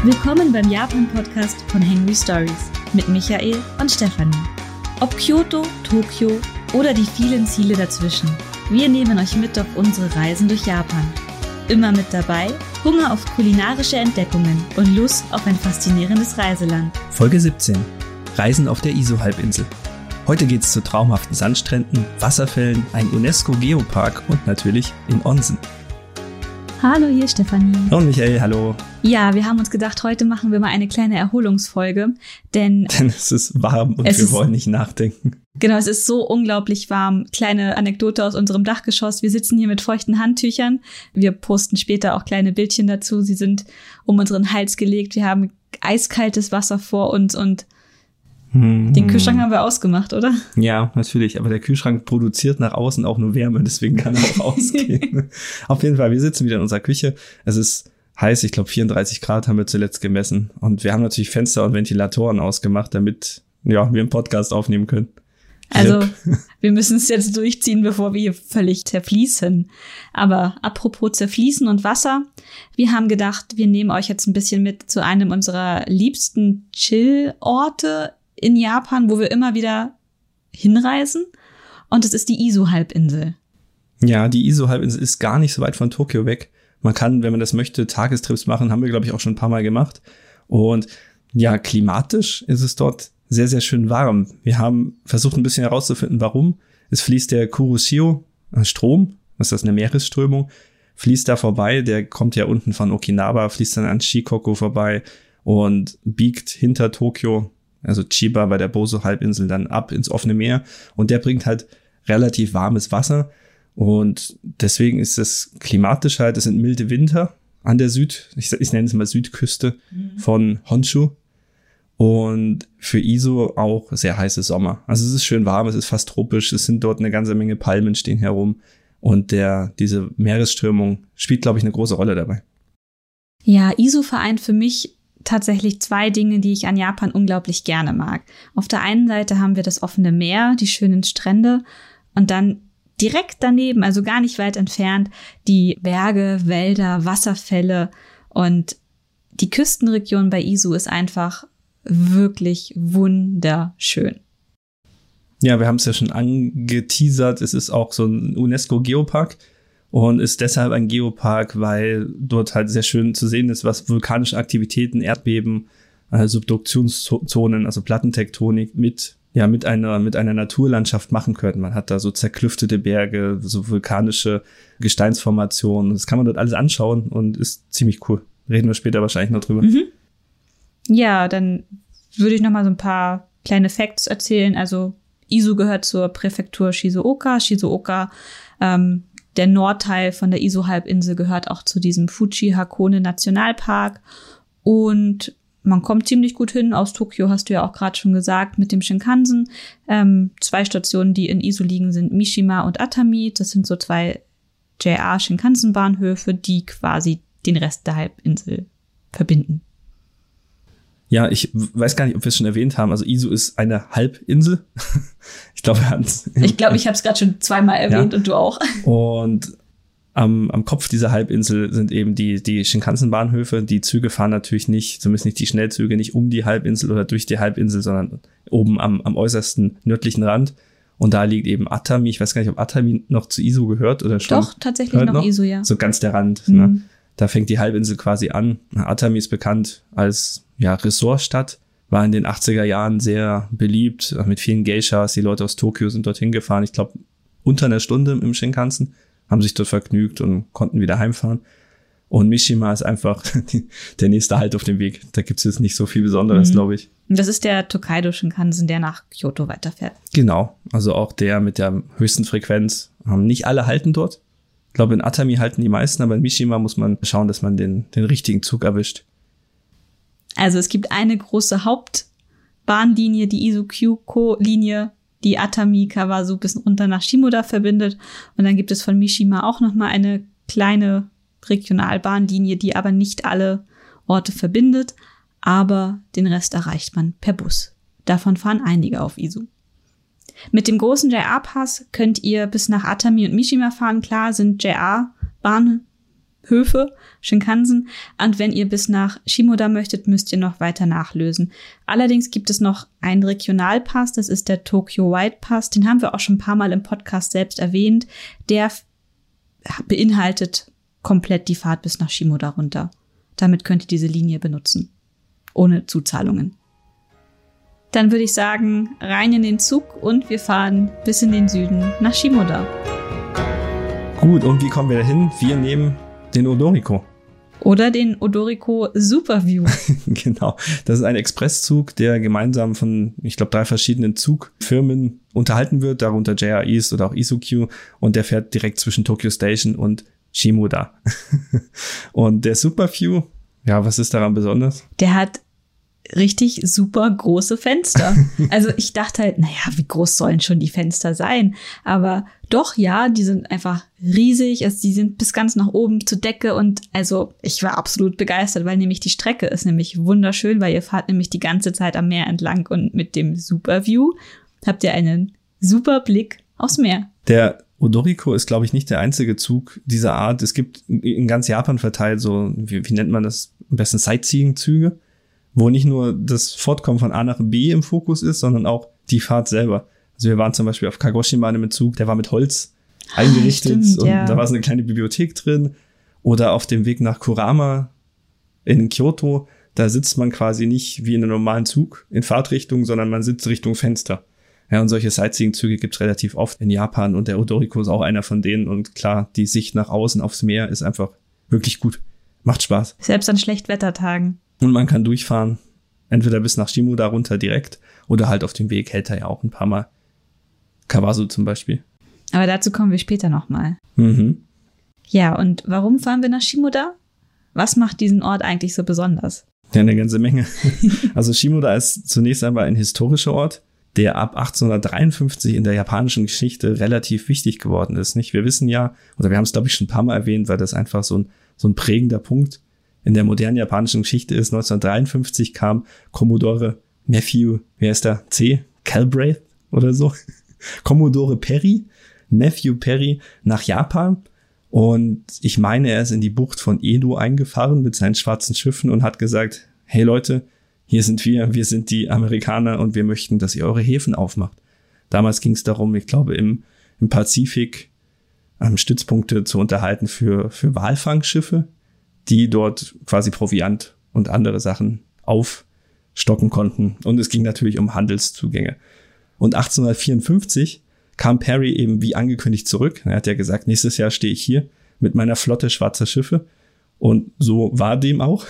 Willkommen beim Japan-Podcast von Henry Stories mit Michael und Stefanie. Ob Kyoto, Tokio oder die vielen Ziele dazwischen, wir nehmen euch mit auf unsere Reisen durch Japan. Immer mit dabei, Hunger auf kulinarische Entdeckungen und Lust auf ein faszinierendes Reiseland. Folge 17. Reisen auf der Izu-Halbinsel. Heute geht's zu traumhaften Sandstränden, Wasserfällen, ein UNESCO-Geopark und natürlich in Onsen. Hallo, hier Stefanie. Und Michael, hallo. Ja, wir haben uns gedacht, heute machen wir mal eine kleine Erholungsfolge, denn es ist warm und wir wollen nicht nachdenken. Genau, es ist so unglaublich warm. Kleine Anekdote aus unserem Dachgeschoss. Wir sitzen hier mit feuchten Handtüchern. Wir posten später auch kleine Bildchen dazu. Sie sind um unseren Hals gelegt. Wir haben eiskaltes Wasser vor uns und den Kühlschrank haben wir ausgemacht, oder? Ja, natürlich. Aber der Kühlschrank produziert nach außen auch nur Wärme, deswegen kann er auch ausgehen. Auf jeden Fall, wir sitzen wieder in unserer Küche. Es ist heiß, ich glaube 34 Grad haben wir zuletzt gemessen. Und wir haben natürlich Fenster und Ventilatoren ausgemacht, damit wir einen Podcast aufnehmen können. Also wir müssen es jetzt durchziehen, bevor wir hier völlig zerfließen. Aber apropos zerfließen und Wasser, wir haben gedacht, wir nehmen euch jetzt ein bisschen mit zu einem unserer liebsten Chill-Orte in Japan, wo wir immer wieder hinreisen. Und es ist die Izu-Halbinsel. Ja, die Izu-Halbinsel ist gar nicht so weit von Tokio weg. Man kann, wenn man das möchte, Tagestrips machen. Haben wir, glaube ich, auch schon ein paar Mal gemacht. Und ja, klimatisch ist es dort sehr, sehr schön warm. Wir haben versucht, ein bisschen herauszufinden, warum. Es fließt der Kuroshio Strom, das ist eine Meeresströmung, fließt da vorbei. Der kommt ja unten von Okinawa, fließt dann an Shikoku vorbei und biegt hinter Tokio, also Chiba bei der Boso-Halbinsel, dann ab ins offene Meer. Und der bringt halt relativ warmes Wasser. Und deswegen ist es klimatisch halt, es sind milde Winter an der ich nenne es mal Südküste von Honshu. Und für Izu auch sehr heiße Sommer. Also es ist schön warm, es ist fast tropisch, es sind dort eine ganze Menge Palmen stehen herum. Und diese Meeresströmung spielt, glaube ich, eine große Rolle dabei. Ja, Izu vereint für mich tatsächlich zwei Dinge, die ich an Japan unglaublich gerne mag. Auf der einen Seite haben wir das offene Meer, die schönen Strände und dann direkt daneben, also gar nicht weit entfernt, die Berge, Wälder, Wasserfälle und die Küstenregion bei Izu ist einfach wirklich wunderschön. Ja, wir haben es ja schon angeteasert, es ist auch so ein UNESCO-Geopark. Und ist deshalb ein Geopark, weil dort halt sehr schön zu sehen ist, was vulkanische Aktivitäten, Erdbeben, Subduktionszonen, also Plattentektonik mit einer Naturlandschaft machen können. Man hat da so zerklüftete Berge, so vulkanische Gesteinsformationen. Das kann man dort alles anschauen und ist ziemlich cool. Reden wir später wahrscheinlich noch drüber. Mhm. Ja, dann würde ich noch mal so ein paar kleine Facts erzählen. Also Izu gehört zur Präfektur Shizuoka. Shizuoka, der Nordteil von der Izu-Halbinsel gehört auch zu diesem Fuji-Hakone-Nationalpark und man kommt ziemlich gut hin. Aus Tokio hast du ja auch gerade schon gesagt, mit dem Shinkansen. 2 Stationen, die in Izu liegen, sind Mishima und Atami. Das sind so 2 JR-Shinkansen-Bahnhöfe, die quasi den Rest der Halbinsel verbinden. Ja, ich weiß gar nicht, ob wir es schon erwähnt haben. Also Izu ist eine Halbinsel. Ich glaube, ich habe es gerade schon 2-mal erwähnt, ja. Und du auch. Und am Kopf dieser Halbinsel sind eben die Shinkansen-Bahnhöfe. Die Züge fahren natürlich nicht, zumindest nicht die Schnellzüge, nicht um die Halbinsel oder durch die Halbinsel, sondern oben am äußersten nördlichen Rand. Und da liegt eben Atami. Ich weiß gar nicht, ob Atami noch zu Izu gehört oder schon. Doch, tatsächlich noch Izu, ja. So ganz der Rand, ne? Da fängt die Halbinsel quasi an. Atami ist bekannt als Ressortstadt, war in den 80er Jahren sehr beliebt, mit vielen Geishas. Die Leute aus Tokio sind dorthin gefahren. Ich glaube, unter einer Stunde im Shinkansen, haben sich dort vergnügt und konnten wieder heimfahren. Und Mishima ist einfach der nächste Halt auf dem Weg. Da gibt es jetzt nicht so viel Besonderes, glaube ich. Das ist der Tokaido Shinkansen, der nach Kyoto weiterfährt. Genau, also auch der mit der höchsten Frequenz. Nicht alle halten dort. Ich glaube, in Atami halten die meisten, aber in Mishima muss man schauen, dass man den richtigen Zug erwischt. Also es gibt eine große Hauptbahnlinie, die Izu-Kyuko-Linie, die Atami, Kawazu bis runter nach Shimoda verbindet. Und dann gibt es von Mishima auch nochmal eine kleine Regionalbahnlinie, die aber nicht alle Orte verbindet. Aber den Rest erreicht man per Bus. Davon fahren einige auf Izu. Mit dem großen JR-Pass könnt ihr bis nach Atami und Mishima fahren. Klar sind JR-Bahnen Höfe, Shinkansen. Und wenn ihr bis nach Shimoda möchtet, müsst ihr noch weiter nachlösen. Allerdings gibt es noch einen Regionalpass, das ist der Tokyo White Pass. Den haben wir auch schon ein paar Mal im Podcast selbst erwähnt. Der beinhaltet komplett die Fahrt bis nach Shimoda runter. Damit könnt ihr diese Linie benutzen. Ohne Zuzahlungen. Dann würde ich sagen, rein in den Zug und wir fahren bis in den Süden nach Shimoda. Gut, und wie kommen wir dahin? Wir nehmen den Odoriko. Oder den Odoriko Superview. Genau, das ist ein Expresszug, der gemeinsam von, ich glaube, 3 verschiedenen Zugfirmen unterhalten wird, darunter JR East oder auch ISUQ, und der fährt direkt zwischen Tokyo Station und Shimoda. Und der Superview, ja, was ist daran besonders? Der hat richtig super große Fenster. Also ich dachte halt, naja, wie groß sollen schon die Fenster sein? Aber doch, ja, die sind einfach riesig. Also die sind bis ganz nach oben zur Decke. Und also ich war absolut begeistert, weil nämlich die Strecke ist nämlich wunderschön, weil ihr fahrt nämlich die ganze Zeit am Meer entlang. Und mit dem Superview habt ihr einen super Blick aufs Meer. Der Odoriko ist, glaube ich, nicht der einzige Zug dieser Art. Es gibt in ganz Japan verteilt so, wie nennt man das, am besten Sightseeing-Züge, wo nicht nur das Fortkommen von A nach B im Fokus ist, sondern auch die Fahrt selber. Also wir waren zum Beispiel auf Kagoshima in einem Zug, der war mit Holz eingerichtet. Stimmt, und ja. Da war so eine kleine Bibliothek drin. Oder auf dem Weg nach Kurama in Kyoto, da sitzt man quasi nicht wie in einem normalen Zug in Fahrtrichtung, sondern man sitzt Richtung Fenster. Ja, und solche Sightseeing-Züge gibt's relativ oft in Japan und der Odoriko ist auch einer von denen. Und klar, die Sicht nach außen aufs Meer ist einfach wirklich gut. Macht Spaß. Selbst an Schlechtwettertagen. Und man kann durchfahren, entweder bis nach Shimoda runter direkt oder halt auf dem Weg hält er ja auch ein paar Mal. Kawasu zum Beispiel. Aber dazu kommen wir später nochmal. Mhm. Ja, und warum fahren wir nach Shimoda? Was macht diesen Ort eigentlich so besonders? Ja, eine ganze Menge. Also Shimoda ist zunächst einmal ein historischer Ort, der ab 1853 in der japanischen Geschichte relativ wichtig geworden ist. Nicht? Wir wissen ja, oder wir haben es glaube ich schon ein paar Mal erwähnt, weil das einfach so ein prägender Punkt in der modernen japanischen Geschichte ist. 1953 kam Commodore Matthew, wie heißt der? Galbraith oder so? Commodore Perry, Matthew Perry nach Japan. Und ich meine, er ist in die Bucht von Edo eingefahren mit seinen schwarzen Schiffen und hat gesagt, hey Leute, hier sind wir sind die Amerikaner und wir möchten, dass ihr eure Häfen aufmacht. Damals ging es darum, ich glaube, im Pazifik Stützpunkte zu unterhalten für Walfangschiffe, die dort quasi Proviant und andere Sachen aufstocken konnten. Und es ging natürlich um Handelszugänge. Und 1854 kam Perry eben wie angekündigt zurück. Er hat ja gesagt, nächstes Jahr stehe ich hier mit meiner Flotte schwarzer Schiffe. Und so war dem auch.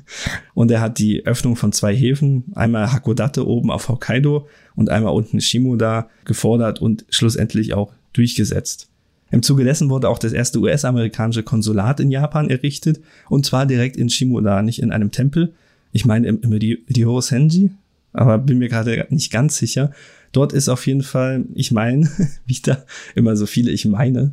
Und er hat die Öffnung von 2 Häfen, einmal Hakodate oben auf Hokkaido und einmal unten Shimoda gefordert und schlussendlich auch durchgesetzt. Im Zuge dessen wurde auch das erste US-amerikanische Konsulat in Japan errichtet, und zwar direkt in Shimoda, nicht in einem Tempel. Ich meine im Ryosenji, aber bin mir gerade nicht ganz sicher. Dort ist auf jeden Fall, ich meine, wieder immer so viele, ich meine,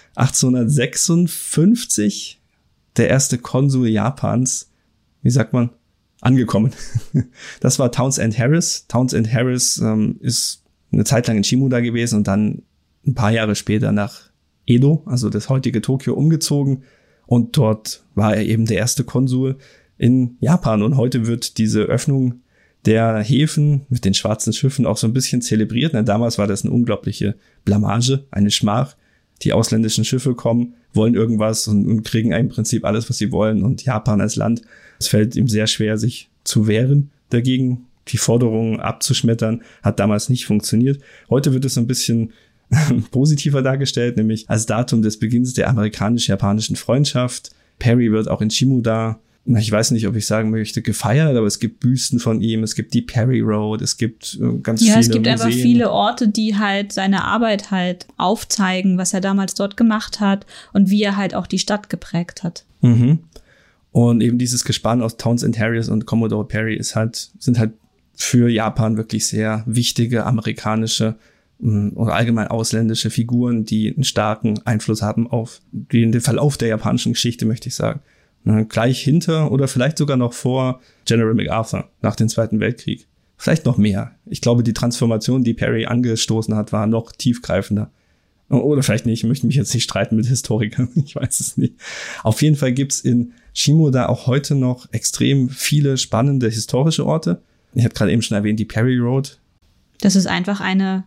1856 der erste Konsul Japans, wie sagt man, angekommen. Das war Townsend Harris. Townsend Harris ist eine Zeit lang in Shimoda gewesen und dann ein paar Jahre später nach Edo, also das heutige Tokio, umgezogen. Und dort war er eben der erste Konsul in Japan. Und heute wird diese Öffnung der Häfen mit den schwarzen Schiffen auch so ein bisschen zelebriert. Denn damals war das eine unglaubliche Blamage, eine Schmach. Die ausländischen Schiffe kommen, wollen irgendwas und kriegen im Prinzip alles, was sie wollen. Und Japan als Land, es fällt ihm sehr schwer, sich zu wehren dagegen. Die Forderungen abzuschmettern hat damals nicht funktioniert. Heute wird es so ein bisschen positiver dargestellt, nämlich als Datum des Beginns der amerikanisch-japanischen Freundschaft. Perry wird auch in Shimoda, ich weiß nicht, ob ich sagen möchte, gefeiert, aber es gibt Büsten von ihm, es gibt die Perry Road, es gibt ganz viele Museen. Ja, es gibt einfach viele Orte, die halt seine Arbeit halt aufzeigen, was er damals dort gemacht hat und wie er halt auch die Stadt geprägt hat. Mhm. Und eben dieses Gespann aus Townsend Harris und Commodore Perry sind halt für Japan wirklich sehr wichtige amerikanische oder allgemein ausländische Figuren, die einen starken Einfluss haben auf den Verlauf der japanischen Geschichte, möchte ich sagen. Gleich hinter oder vielleicht sogar noch vor General MacArthur nach dem Zweiten Weltkrieg. Vielleicht noch mehr. Ich glaube, die Transformation, die Perry angestoßen hat, war noch tiefgreifender Oder vielleicht nicht, ich möchte mich jetzt nicht streiten mit Historikern, ich weiß es nicht. Auf jeden Fall gibt's in Shimoda auch heute noch extrem viele spannende historische Orte. Ich hatte gerade eben schon erwähnt, die Perry Road. Das ist einfach eine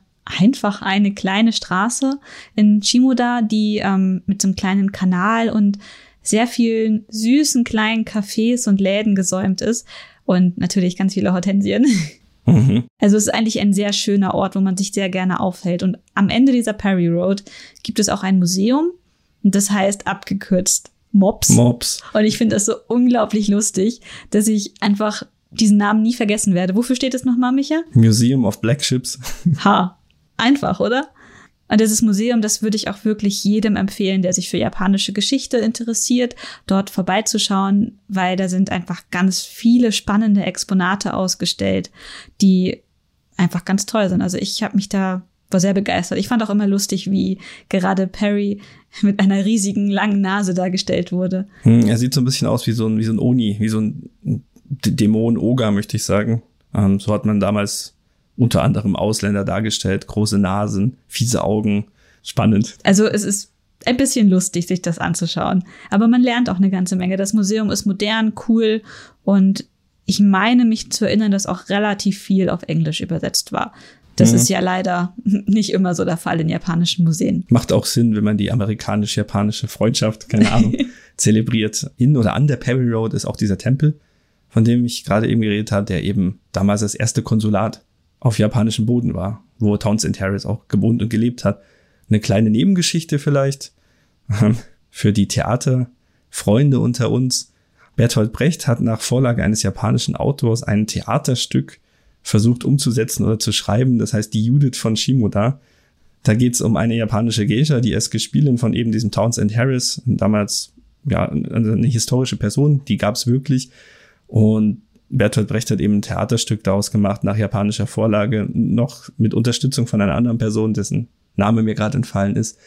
kleine Straße in Shimoda, die mit so einem kleinen Kanal und sehr vielen süßen kleinen Cafés und Läden gesäumt ist. Und natürlich ganz viele Hortensien. Also es ist eigentlich ein sehr schöner Ort, wo man sich sehr gerne aufhält. Und am Ende dieser Perry Road gibt es auch ein Museum. Und das heißt abgekürzt Mops. Und ich finde das so unglaublich lustig, dass ich einfach diesen Namen nie vergessen werde. Wofür steht das nochmal, Micha? Museum of Black Ships. Einfach, oder? Und dieses Museum, das würde ich auch wirklich jedem empfehlen, der sich für japanische Geschichte interessiert, dort vorbeizuschauen, weil da sind einfach ganz viele spannende Exponate ausgestellt, die einfach ganz toll sind. Also ich war sehr begeistert. Ich fand auch immer lustig, wie gerade Perry mit einer riesigen, langen Nase dargestellt wurde. Er sieht so ein bisschen aus wie so ein Oni, wie so ein Dämon-Oger, möchte ich sagen. So hat man damals unter anderem Ausländer dargestellt, große Nasen, fiese Augen, spannend. Also es ist ein bisschen lustig, sich das anzuschauen. Aber man lernt auch eine ganze Menge. Das Museum ist modern, cool und ich meine mich zu erinnern, dass auch relativ viel auf Englisch übersetzt war. Das ist ja leider nicht immer so der Fall in japanischen Museen. Macht auch Sinn, wenn man die amerikanisch-japanische Freundschaft, keine Ahnung, zelebriert. In oder an der Perry Road ist auch dieser Tempel, von dem ich gerade eben geredet habe, der eben damals das erste Konsulat auf japanischem Boden war, wo Townsend Harris auch gewohnt und gelebt hat. Eine kleine Nebengeschichte vielleicht für die Theaterfreunde unter uns. Bertolt Brecht hat nach Vorlage eines japanischen Autors ein Theaterstück versucht umzusetzen oder zu schreiben. Das heißt die Judith von Shimoda. Da geht es um eine japanische Geisha, die erst Gespielin von eben diesem Townsend Harris, damals ja eine historische Person, die gab es wirklich. Und Bertolt Brecht hat eben ein Theaterstück daraus gemacht, nach japanischer Vorlage, noch mit Unterstützung von einer anderen Person, dessen Name mir gerade entfallen ist.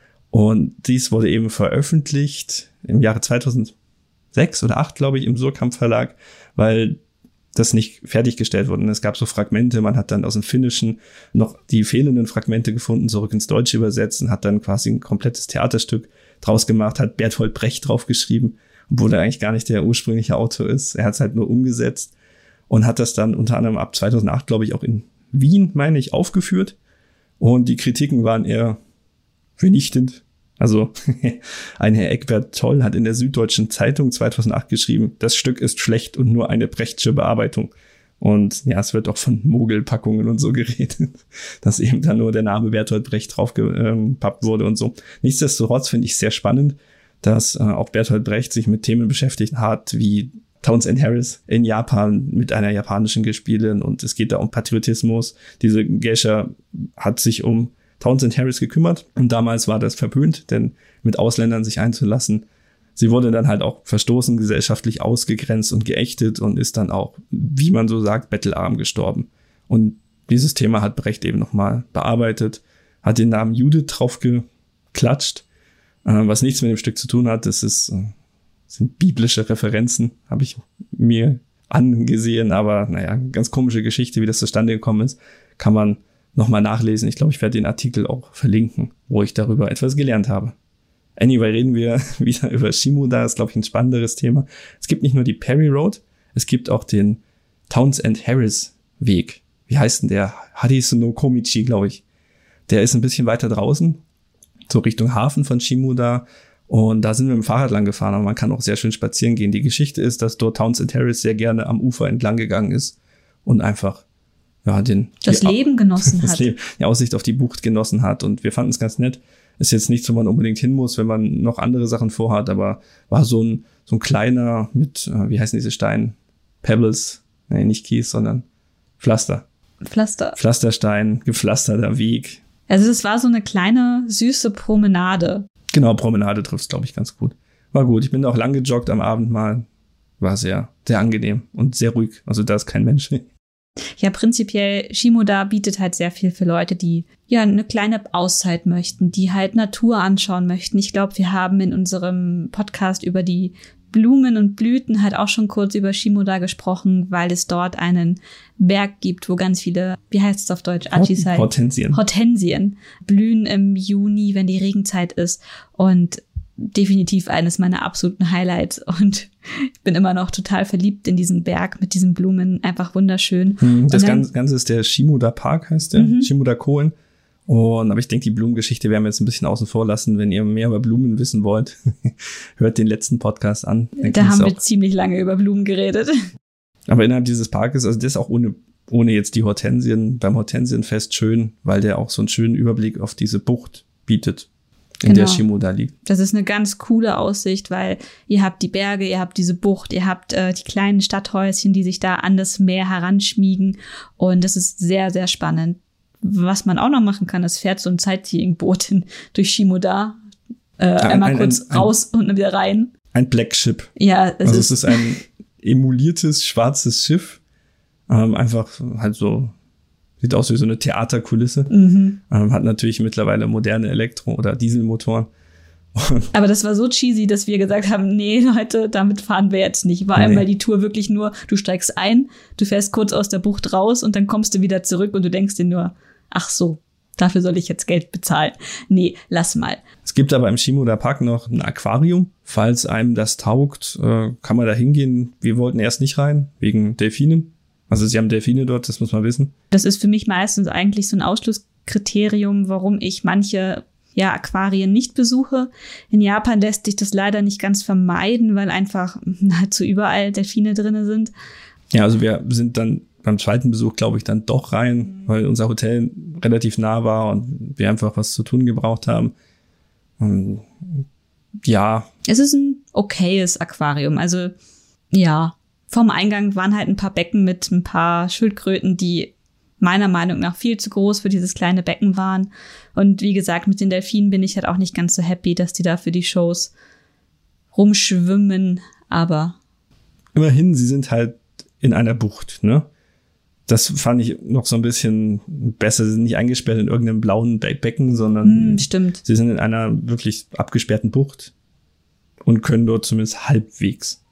Und dies wurde eben veröffentlicht im Jahre 2006 oder 2008, glaube ich, im Surkamp Verlag, weil das nicht fertiggestellt wurde. Und es gab so Fragmente, man hat dann aus dem Finnischen noch die fehlenden Fragmente gefunden, zurück ins Deutsche übersetzt und hat dann quasi ein komplettes Theaterstück draus gemacht, hat Bertolt Brecht draufgeschrieben, obwohl er eigentlich gar nicht der ursprüngliche Autor ist. Er hat es halt nur umgesetzt und hat das dann unter anderem ab 2008, glaube ich, auch in Wien, meine ich, aufgeführt. Und die Kritiken waren eher vernichtend. Also ein Herr Eckbert Toll hat in der Süddeutschen Zeitung 2008 geschrieben, das Stück ist schlecht und nur eine Brechtsche Bearbeitung. Und ja, es wird auch von Mogelpackungen und so geredet, dass eben da nur der Name Bertolt Brecht draufgepappt wurde und so. Nichtsdestotrotz finde ich sehr spannend, dass auch Bertolt Brecht sich mit Themen beschäftigt hat, wie Townsend Harris in Japan mit einer japanischen Gespielin und es geht da um Patriotismus. Diese Geisha hat sich um Townsend Harris gekümmert und damals war das verpönt, denn mit Ausländern sich einzulassen. Sie wurde dann halt auch verstoßen, gesellschaftlich ausgegrenzt und geächtet und ist dann auch, wie man so sagt, bettelarm gestorben. Und dieses Thema hat Brecht eben nochmal bearbeitet, hat den Namen Judith draufgeklatscht, was nichts mit dem Stück zu tun hat. Das sind biblische Referenzen, habe ich mir angesehen, aber naja, ganz komische Geschichte, wie das zustande gekommen ist, kann man nochmal nachlesen. Ich glaube, ich werde den Artikel auch verlinken, wo ich darüber etwas gelernt habe. Anyway, reden wir wieder über Shimoda, ist, glaube ich, ein spannenderes Thema. Es gibt nicht nur die Perry Road, es gibt auch den Townsend Harris Weg. Wie heißt denn der? Harisu no Komichi, glaube ich. Der ist ein bisschen weiter draußen, so Richtung Hafen von Shimoda. Und da sind wir mit dem Fahrrad lang gefahren, aber man kann auch sehr schön spazieren gehen. Die Geschichte ist, dass dort Townsend Harris sehr gerne am Ufer entlang gegangen ist und einfach das Leben genossen hat. Die Aussicht auf die Bucht genossen hat. Und wir fanden es ganz nett. Ist jetzt nichts, wo man unbedingt hin muss, wenn man noch andere Sachen vorhat, aber war so ein kleiner mit, wie heißen diese Steine? Pebbles? Nee, nicht Kies, sondern Pflaster. Pflasterstein, gepflasterter Weg. Also es war so eine kleine, süße Promenade. Genau, Promenade trifft es, glaube ich, ganz gut. War gut. Ich bin auch lang gejoggt am Abend mal. War sehr, sehr angenehm und sehr ruhig. Also da ist kein Mensch. Ja, prinzipiell, Shimoda bietet halt sehr viel für Leute, die ja eine kleine Auszeit möchten, die halt Natur anschauen möchten. Ich glaube, wir haben in unserem Podcast über die Blumen und Blüten halt auch schon kurz über Shimoda gesprochen, weil es dort einen Berg gibt, wo ganz viele, wie heißt es auf Deutsch? Ajisai. Hortensien blühen im Juni, wenn die Regenzeit ist. Und definitiv eines meiner absoluten Highlights. Und ich bin immer noch total verliebt in diesen Berg mit diesen Blumen. Einfach wunderschön. Das Ganze ist der Shimoda Park, heißt der. Shimoda-Koen. Aber ich denke, die Blumengeschichte werden wir jetzt ein bisschen außen vor lassen. Wenn ihr mehr über Blumen wissen wollt, hört den letzten Podcast an. Da haben wir ziemlich lange über Blumen geredet. Aber innerhalb dieses Parkes, also das ist auch ohne jetzt die Hortensien, beim Hortensienfest schön, weil der auch so einen schönen Überblick auf diese Bucht bietet, in der Shimoda liegt. Das ist eine ganz coole Aussicht, weil ihr habt die Berge, ihr habt diese Bucht, ihr habt die kleinen Stadthäuschen, die sich da an das Meer heranschmiegen. Und das ist sehr, sehr spannend. Was man auch noch machen kann, es fährt so ein Sightseeing-Boot durch Shimoda. Einmal kurz raus und dann wieder rein. Ein Black Ship. Ja, es ist ein emuliertes schwarzes Schiff. Einfach halt so, sieht aus wie so eine Theaterkulisse. Hat natürlich mittlerweile moderne Elektro- oder Dieselmotoren. Aber das war so cheesy, dass wir gesagt haben, nee, Leute, damit fahren wir jetzt nicht. Vor allem, weil die Tour wirklich nur, du steigst ein, du fährst kurz aus der Bucht raus und dann kommst du wieder zurück und du denkst dir nur, ach so, dafür soll ich jetzt Geld bezahlen. Nee, lass mal. Es gibt aber im Shimoda Park noch ein Aquarium. Falls einem das taugt, kann man da hingehen. Wir wollten erst nicht rein, wegen Delfinen. Also sie haben Delfine dort, das muss man wissen. Das ist für mich meistens eigentlich so ein Ausschlusskriterium, warum ich manche Aquarien nicht besuche. In Japan lässt sich das leider nicht ganz vermeiden, weil einfach nahezu überall Delfine drin sind. Ja, also wir sind dann beim zweiten Besuch, glaube ich, dann doch rein, weil unser Hotel relativ nah war und wir einfach was zu tun gebraucht haben. Und ja. Es ist ein okayes Aquarium. Also ja, vom Eingang waren halt ein paar Becken mit ein paar Schildkröten, die meiner Meinung nach viel zu groß für dieses kleine Becken waren. Und wie gesagt, mit den Delfinen bin ich halt auch nicht ganz so happy, dass die da für die Shows rumschwimmen, aber immerhin, sie sind halt in einer Bucht, ne? Das fand ich noch so ein bisschen besser. Sie sind nicht eingesperrt in irgendeinem blauen Becken, sondern stimmt. Sie sind in einer wirklich abgesperrten Bucht und können dort zumindest halbwegs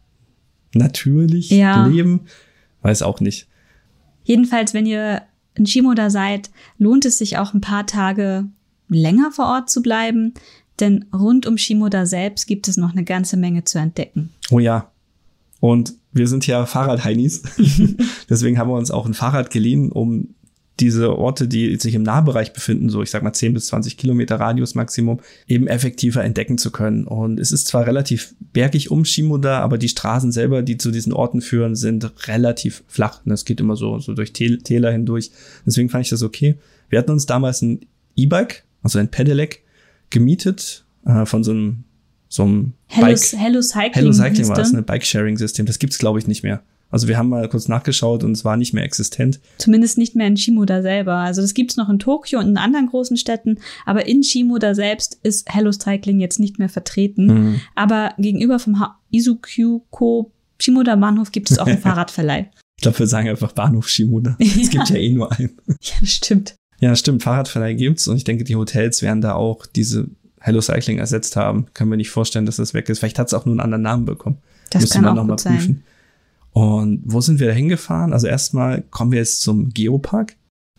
natürlich leben. Weiß auch nicht. Jedenfalls, wenn ihr in Shimoda seid, lohnt es sich auch ein paar Tage länger vor Ort zu bleiben, denn rund um Shimoda selbst gibt es noch eine ganze Menge zu entdecken. Oh ja. Und wir sind ja Fahrradheinis. Deswegen haben wir uns auch ein Fahrrad geliehen, um diese Orte, die sich im Nahbereich befinden, so ich sag mal 10 bis 20 Kilometer Radius Maximum, eben effektiver entdecken zu können. Und es ist zwar relativ bergig um Shimoda, aber die Straßen selber, die zu diesen Orten führen, sind relativ flach. Und es geht immer so durch Täler hindurch. Deswegen fand ich das okay. Wir hatten uns damals ein E-Bike, also ein Pedelec, gemietet von so einem Hello Cycling war es, ein Bike-Sharing-System. Das gibt's, glaube ich, nicht mehr. Also wir haben mal kurz nachgeschaut und es war nicht mehr existent. Zumindest nicht mehr in Shimoda selber. Also das gibt's noch in Tokio und in anderen großen Städten, aber in Shimoda selbst ist Hello Cycling jetzt nicht mehr vertreten. Aber gegenüber vom Izukyuko Shimoda Bahnhof gibt es auch einen Fahrradverleih. Ich glaube, wir sagen einfach Bahnhof Shimoda. Es gibt ja nur einen. Ja, das stimmt. Ja, stimmt. Fahrradverleih gibt's und ich denke, die Hotels werden da auch diese Hello Cycling ersetzt haben. Können wir nicht vorstellen, dass das weg ist. Vielleicht hat es auch nur einen anderen Namen bekommen. Das kann auch gut sein. Und wo sind wir da hingefahren? Also erstmal kommen wir jetzt zum Geopark.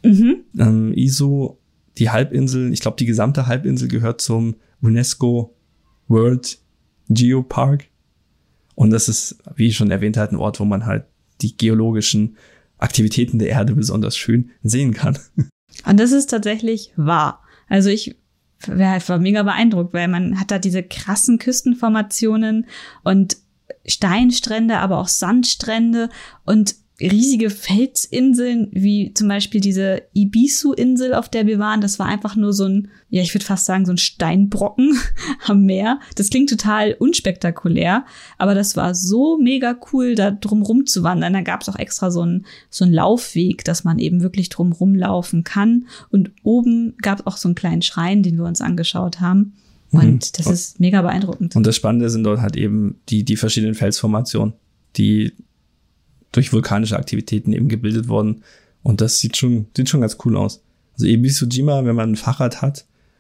Izu, die Halbinsel, ich glaube, die gesamte Halbinsel gehört zum UNESCO World Geopark. Und das ist, wie ich schon erwähnt habe, ein Ort, wo man halt die geologischen Aktivitäten der Erde besonders schön sehen kann. Und das ist tatsächlich wahr. Also ich war mega beeindruckt, weil man hat da diese krassen Küstenformationen und Steinstrände, aber auch Sandstrände und riesige Felsinseln, wie zum Beispiel diese Ibisu-Insel, auf der wir waren. Das war einfach nur so ein, ja, ich würde fast sagen, so ein Steinbrocken am Meer. Das klingt total unspektakulär, aber das war so mega cool, da drum rumzuwandern. Da gab es auch extra so einen Laufweg, dass man eben wirklich drum rumlaufen kann. Und oben gab es auch so einen kleinen Schrein, den wir uns angeschaut haben. Und das ist mega beeindruckend. Und das Spannende sind dort halt eben die verschiedenen Felsformationen, die durch vulkanische Aktivitäten eben gebildet wurden. Und das sieht schon ganz cool aus. Also Ebisujima, wenn man ein Fahrrad hat,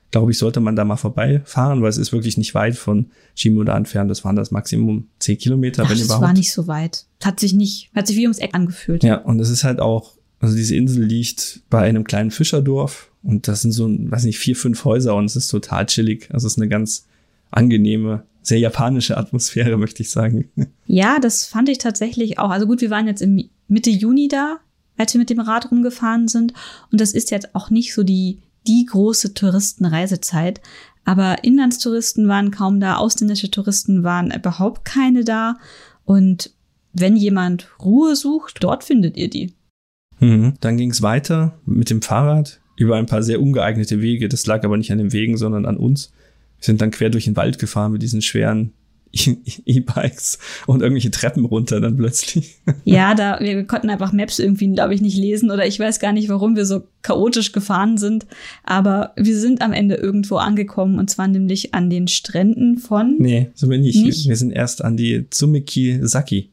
glaube ich, sollte man da mal vorbeifahren, weil es ist wirklich nicht weit von Shimoda entfernt. Das waren das Maximum 10 Kilometer, Ach, wenn das überhaupt. war nicht so weit. Hat sich wie ums Eck angefühlt. Ja, und es ist halt auch, also diese Insel liegt bei einem kleinen Fischerdorf und das sind so, 4, 5 Häuser und es ist total chillig. Also es ist eine ganz angenehme, sehr japanische Atmosphäre, möchte ich sagen. Ja, das fand ich tatsächlich auch. Also gut, wir waren jetzt im Mitte Juni da, als wir mit dem Rad rumgefahren sind. Und das ist jetzt auch nicht so die große Touristenreisezeit. Aber Inlandstouristen waren kaum da, ausländische Touristen waren überhaupt keine da. Und wenn jemand Ruhe sucht, dort findet ihr die. Dann ging es weiter mit dem Fahrrad über ein paar sehr ungeeignete Wege. Das lag aber nicht an den Wegen, sondern an uns. Wir sind dann quer durch den Wald gefahren mit diesen schweren E-Bikes und irgendwelche Treppen runter dann plötzlich. Ja, wir konnten einfach Maps irgendwie, glaube ich, nicht lesen oder ich weiß gar nicht, warum wir so chaotisch gefahren sind. Aber wir sind am Ende irgendwo angekommen und zwar nämlich an den Stränden von... Nee, so bin ich. Nicht? Wir sind erst an die Tsumeki-Saki.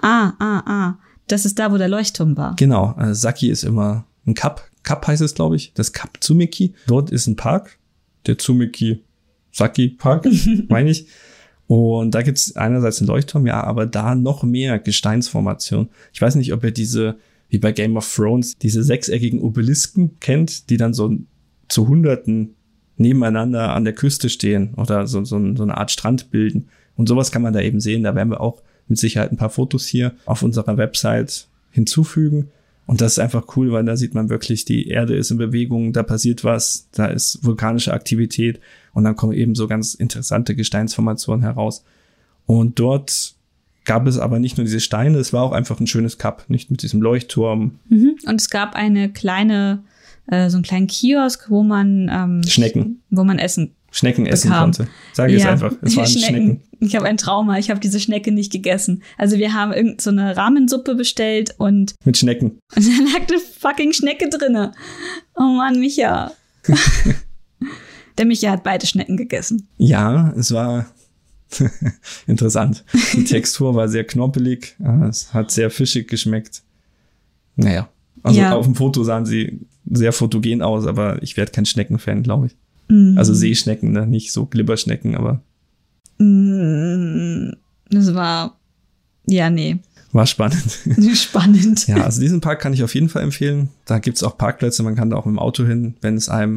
Das ist da, wo der Leuchtturm war. Genau, Saki ist immer ein Kap. Kap heißt es, glaube ich. Das Kap Tsumeki. Dort ist ein Park. Der Tsumeki-Saki-Park, meine ich. Und da gibt es einerseits einen Leuchtturm, ja, aber da noch mehr Gesteinsformation. Ich weiß nicht, ob ihr wie bei Game of Thrones, diese sechseckigen Obelisken kennt, die dann so zu Hunderten nebeneinander an der Küste stehen oder so eine Art Strand bilden. Und sowas kann man da eben sehen. Da werden wir auch mit Sicherheit ein paar Fotos hier auf unserer Website hinzufügen. Und das ist einfach cool, weil da sieht man wirklich, die Erde ist in Bewegung, da passiert was, da ist vulkanische Aktivität und dann kommen eben so ganz interessante Gesteinsformationen heraus. Und dort gab es aber nicht nur diese Steine, es war auch einfach ein schönes Kap, nicht mit diesem Leuchtturm. Und es gab so einen kleinen Kiosk, wo man Schnecken essen konnte. Sage ich es einfach. Es waren Schnecken. Ich habe ein Trauma. Ich habe diese Schnecke nicht gegessen. Also wir haben irgend so eine Ramensuppe bestellt und mit Schnecken. Und da lag eine fucking Schnecke drinne. Oh Mann, Micha. Der Micha hat beide Schnecken gegessen. Ja, es war interessant. Die Textur war sehr knoppelig. Es hat sehr fischig geschmeckt. Naja, also auf dem Foto sahen sie sehr fotogen aus, aber ich werde kein Schneckenfan, glaube ich. Also Seeschnecken, ne? Nicht so Glibberschnecken, aber das war, nee. War spannend. Spannend. Ja, also diesen Park kann ich auf jeden Fall empfehlen. Da gibt's auch Parkplätze, man kann da auch mit dem Auto hin, wenn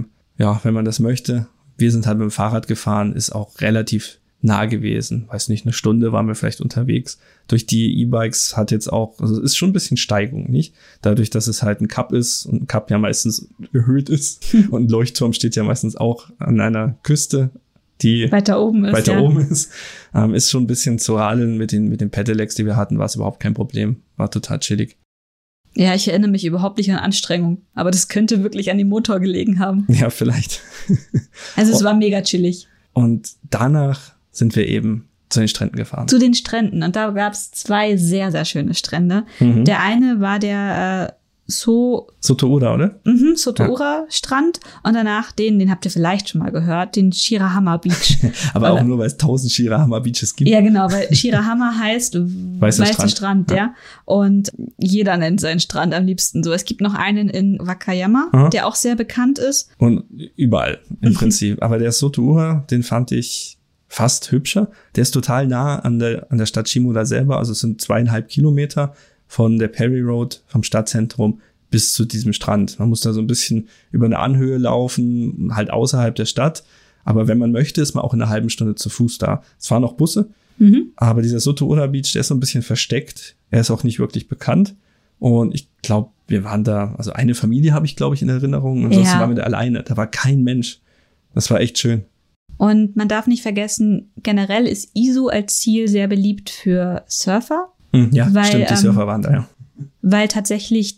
man das möchte. Wir sind halt mit dem Fahrrad gefahren, ist auch relativ nah gewesen. Weiß nicht, eine Stunde waren wir vielleicht unterwegs. Durch die E-Bikes hat jetzt auch, also ist schon ein bisschen Steigung, nicht? Dadurch, dass es halt ein Kap ist und ein Kap ja meistens erhöht ist und ein Leuchtturm steht ja meistens auch an einer Küste, die weiter oben ist, ist schon ein bisschen zu radeln mit den Pedelecs, die wir hatten, war es überhaupt kein Problem. War total chillig. Ja, ich erinnere mich überhaupt nicht an Anstrengung, aber das könnte wirklich an dem Motor gelegen haben. Ja, vielleicht. Also es war mega chillig. Und danach sind wir eben zu den Stränden gefahren. Zu den Stränden. Und da gab es 2 sehr, sehr schöne Strände. Der eine war der Sotoura, oder? Sotoura-Strand. Und danach den habt ihr vielleicht schon mal gehört, den Shirahama Beach. Aber auch nur, weil es 1000 Shirahama Beaches gibt. Ja, genau, weil Shirahama heißt weißer Strand, ja. Und jeder nennt seinen Strand am liebsten so. Es gibt noch einen in Wakayama, der auch sehr bekannt ist. Und überall im Prinzip. Aber der Sotoura, den fand ich fast hübscher. Der ist total nah an der Stadt Shimoda selber. Also es sind 2,5 Kilometer von der Perry Road, vom Stadtzentrum bis zu diesem Strand. Man muss da so ein bisschen über eine Anhöhe laufen, halt außerhalb der Stadt. Aber wenn man möchte, ist man auch in einer halben Stunde zu Fuß da. Es fahren noch Busse, aber dieser Sotoura Beach, der ist so ein bisschen versteckt. Er ist auch nicht wirklich bekannt. Und ich glaube, wir waren da, also eine Familie habe ich, glaube ich, in Erinnerung. Und ansonsten waren wir da alleine. Da war kein Mensch. Das war echt schön. Und man darf nicht vergessen, generell ist Izu als Ziel sehr beliebt für Surfer. Ja, stimmt, die Surfer waren da, ja. Weil tatsächlich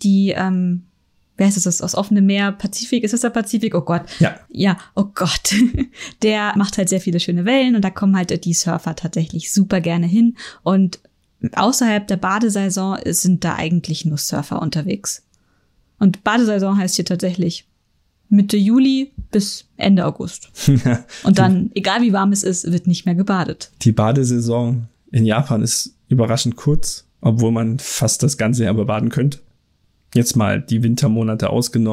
wer heißt das offene Meer, Pazifik, ist das der Pazifik? Oh Gott. Ja, oh Gott. Der macht halt sehr viele schöne Wellen und da kommen halt die Surfer tatsächlich super gerne hin. Und außerhalb der Badesaison sind da eigentlich nur Surfer unterwegs. Und Badesaison heißt hier tatsächlich Mitte Juli bis Ende August. Und dann, egal wie warm es ist, wird nicht mehr gebadet. Die Badesaison in Japan ist überraschend kurz, obwohl man fast das ganze Jahr baden könnte. Jetzt mal die Wintermonate ausgenommen.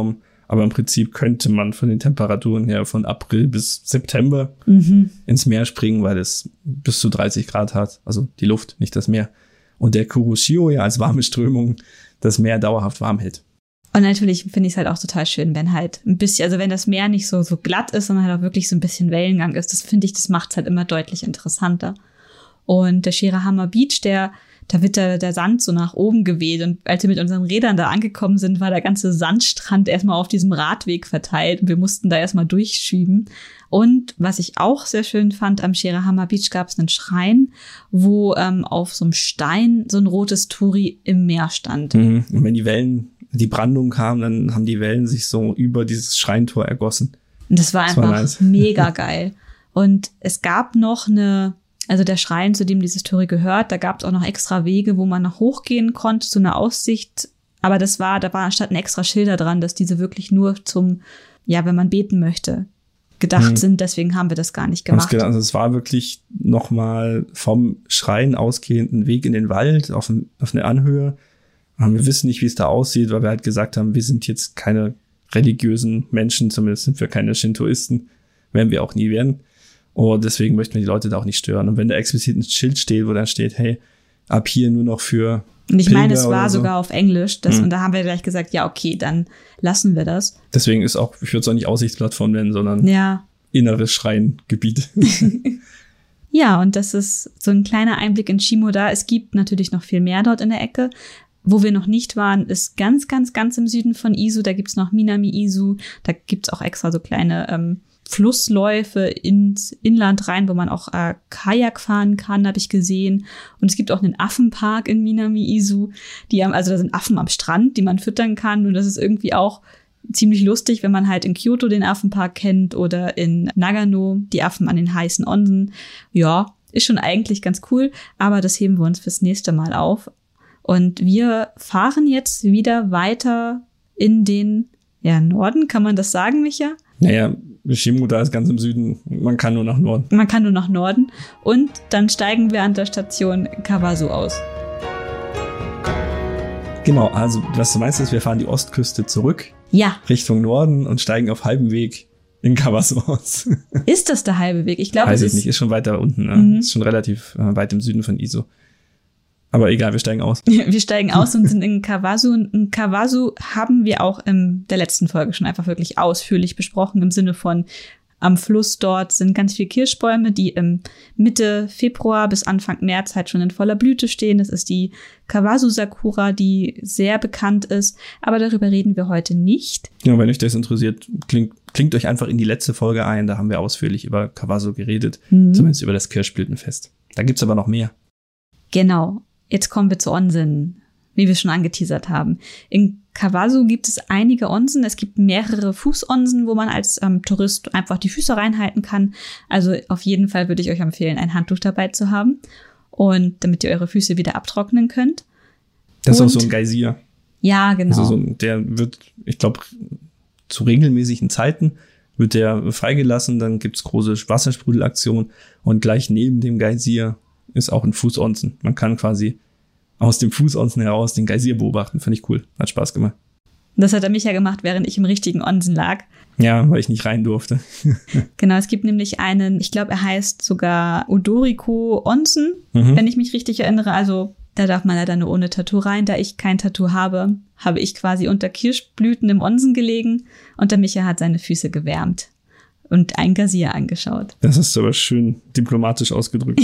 Aber im Prinzip könnte man von den Temperaturen her von April bis September ins Meer springen, weil es bis zu 30 Grad hat. Also die Luft, nicht das Meer. Und der Kuroshio ja als warme Strömung das Meer dauerhaft warm hält. Und natürlich finde ich es halt auch total schön, wenn halt ein bisschen, also wenn das Meer nicht so glatt ist, sondern halt auch wirklich so ein bisschen Wellengang ist. Das finde ich, das macht es halt immer deutlich interessanter. Und der Shirahama Beach, da wird der Sand so nach oben geweht. Und als wir mit unseren Rädern da angekommen sind, war der ganze Sandstrand erstmal auf diesem Radweg verteilt. Und wir mussten da erstmal durchschieben. Und was ich auch sehr schön fand, am Shirahama Beach gab es einen Schrein, wo auf so einem Stein so ein rotes Torii im Meer stand. Und wenn die Brandung kam, dann haben die Wellen sich so über dieses Schreintor ergossen. Und das war einfach nice. Mega geil. Und es gab noch also der Schrein, zu dem dieses Torii gehört, da gab es auch noch extra Wege, wo man noch hochgehen konnte zu einer Aussicht. Aber da war anstatt ein extra Schilder dran, dass diese wirklich nur wenn man beten möchte, gedacht sind. Deswegen haben wir das gar nicht gemacht. Also es war wirklich nochmal vom Schrein ausgehenden Weg in den Wald auf eine Anhöhe. Wir wissen nicht, wie es da aussieht, weil wir halt gesagt haben, wir sind jetzt keine religiösen Menschen, zumindest sind wir keine Shintoisten, werden wir auch nie werden. Und deswegen möchten wir die Leute da auch nicht stören. Und wenn da explizit ein Schild steht, wo dann steht, hey, ab hier nur noch für Und ich meine, es war sogar auf Englisch. Und da haben wir gleich gesagt, ja, okay, dann lassen wir das. Deswegen ist auch, ich würde es auch nicht Aussichtsplattform nennen, sondern inneres Schreingebiet. Ja, und das ist so ein kleiner Einblick in Shimoda. Es gibt natürlich noch viel mehr dort in der Ecke. Wo wir noch nicht waren, ist ganz, ganz, ganz im Süden von Izu. Da gibt's noch Minami-Izu. Da gibt's auch extra so kleine Flussläufe ins Inland rein, wo man auch Kajak fahren kann, habe ich gesehen. Und es gibt auch einen Affenpark in Minami-Izu. Da sind Affen am Strand, die man füttern kann. Und das ist irgendwie auch ziemlich lustig, wenn man halt in Kyoto den Affenpark kennt oder in Nagano die Affen an den heißen Onsen. Ja, ist schon eigentlich ganz cool, aber das heben wir uns fürs nächste Mal auf. Und wir fahren jetzt wieder weiter in den Norden, kann man das sagen, Micha? Naja, Shimoda ist ganz im Süden, man kann nur nach Norden. Man kann nur nach Norden und dann steigen wir an der Station Kawazu aus. Genau, also was du meinst ist, wir fahren die Ostküste zurück. Ja. Richtung Norden und steigen auf halbem Weg in Kawazu aus. Ist das der halbe Weg? Ich glaube, weiß ich nicht, ist schon weiter unten. Ne? Ist schon relativ weit im Süden von Izu. Aber egal, wir steigen aus. Wir steigen aus und sind in Kawazu. Und in Kawazu haben wir auch in der letzten Folge schon einfach wirklich ausführlich besprochen, im Sinne von am Fluss dort sind ganz viele Kirschbäume, die im Mitte Februar bis Anfang März halt schon in voller Blüte stehen. Das ist die Kawazu-Sakura, die sehr bekannt ist. Aber darüber reden wir heute nicht. Ja, wenn euch das interessiert, klingt euch einfach in die letzte Folge ein. Da haben wir ausführlich über Kawazu geredet. Zumindest über das Kirschblütenfest. Da gibt's aber noch mehr. Genau. Jetzt kommen wir zu Onsen, wie wir schon angeteasert haben. In Kawazu gibt es einige Onsen. Es gibt mehrere Fußonsen, wo man als Tourist einfach die Füße reinhalten kann. Also auf jeden Fall würde ich euch empfehlen, ein Handtuch dabei zu haben. Und damit ihr eure Füße wieder abtrocknen könnt. Das ist auch so ein Geysir. Ja, genau. Also der wird, ich glaube, zu regelmäßigen Zeiten wird der freigelassen. Dann gibt's große Wassersprudel-Aktionen. Und gleich neben dem Geysir ist auch ein Fußonsen. Man kann quasi aus dem Fußonsen heraus den Geysir beobachten. Fand ich cool. Hat Spaß gemacht. Das hat er Micha gemacht, während ich im richtigen Onsen lag. Ja, weil ich nicht rein durfte. Genau, es gibt nämlich einen, ich glaube, er heißt sogar Odoriko Onsen, wenn ich mich richtig erinnere. Also da darf man leider nur ohne Tattoo rein. Da ich kein Tattoo habe, habe ich quasi unter Kirschblüten im Onsen gelegen und der Micha hat seine Füße gewärmt und ein Geysir angeschaut. Das ist aber schön diplomatisch ausgedrückt.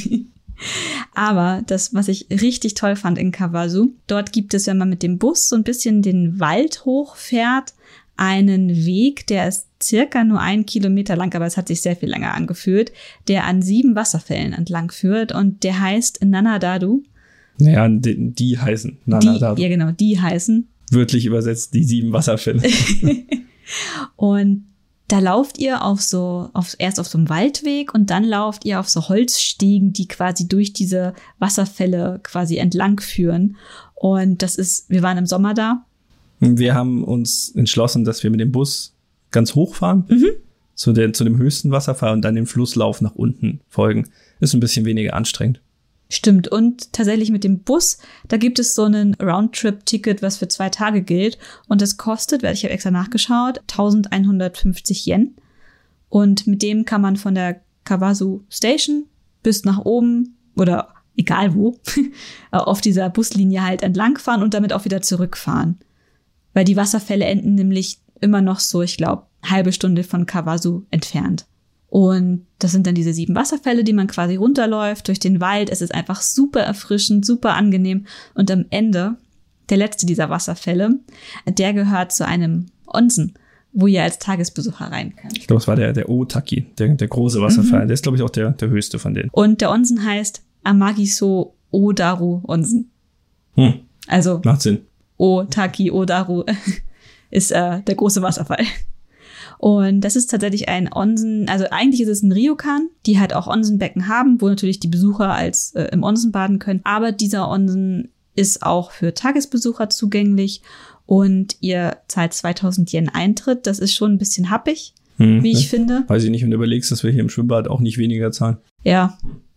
Aber das, was ich richtig toll fand in Kawazu, dort gibt es, wenn man mit dem Bus so ein bisschen den Wald hochfährt, einen Weg, der ist circa nur 1 Kilometer lang, aber es hat sich sehr viel länger angefühlt, der an 7 Wasserfällen entlang führt und der heißt Nanadadu. Naja, die heißen Nanadadu. Ja, genau, die heißen. Wörtlich übersetzt die 7 Wasserfälle. Und da lauft ihr erst auf so einem Waldweg und dann lauft ihr auf so Holzstiegen, die quasi durch diese Wasserfälle quasi entlang führen. Und wir waren im Sommer da. Wir haben uns entschlossen, dass wir mit dem Bus ganz hoch fahren, zu dem höchsten Wasserfall und dann dem Flusslauf nach unten folgen. Ist ein bisschen weniger anstrengend. Stimmt. Und tatsächlich mit dem Bus, da gibt es so einen Roundtrip-Ticket, was für 2 Tage gilt. Und das kostet, weil ich habe extra nachgeschaut, 1150 Yen. Und mit dem kann man von der Kawazu Station bis nach oben oder egal wo, auf dieser Buslinie halt entlangfahren und damit auch wieder zurückfahren. Weil die Wasserfälle enden nämlich immer noch so, ich glaube, halbe Stunde von Kawazu entfernt. Und das sind dann diese 7 Wasserfälle, die man quasi runterläuft durch den Wald. Es ist einfach super erfrischend, super angenehm. Und am Ende, der letzte dieser Wasserfälle, der gehört zu einem Onsen, wo ihr als Tagesbesucher rein könnt. Ich glaube, es war der Otaki, der große Wasserfall. Der ist, glaube ich, auch der höchste von denen. Und der Onsen heißt Amagiso Odaru Onsen. Also macht Sinn. Otaki Odaru ist der große Wasserfall. Und das ist tatsächlich ein Onsen, also eigentlich ist es ein Ryokan, die halt auch Onsenbecken haben, wo natürlich die Besucher als im Onsen baden können. Aber dieser Onsen ist auch für Tagesbesucher zugänglich und ihr zahlt 2000 Yen Eintritt. Das ist schon ein bisschen happig, wie ich finde. Weiß ich nicht, wenn du überlegst, dass wir hier im Schwimmbad auch nicht weniger zahlen. Ja,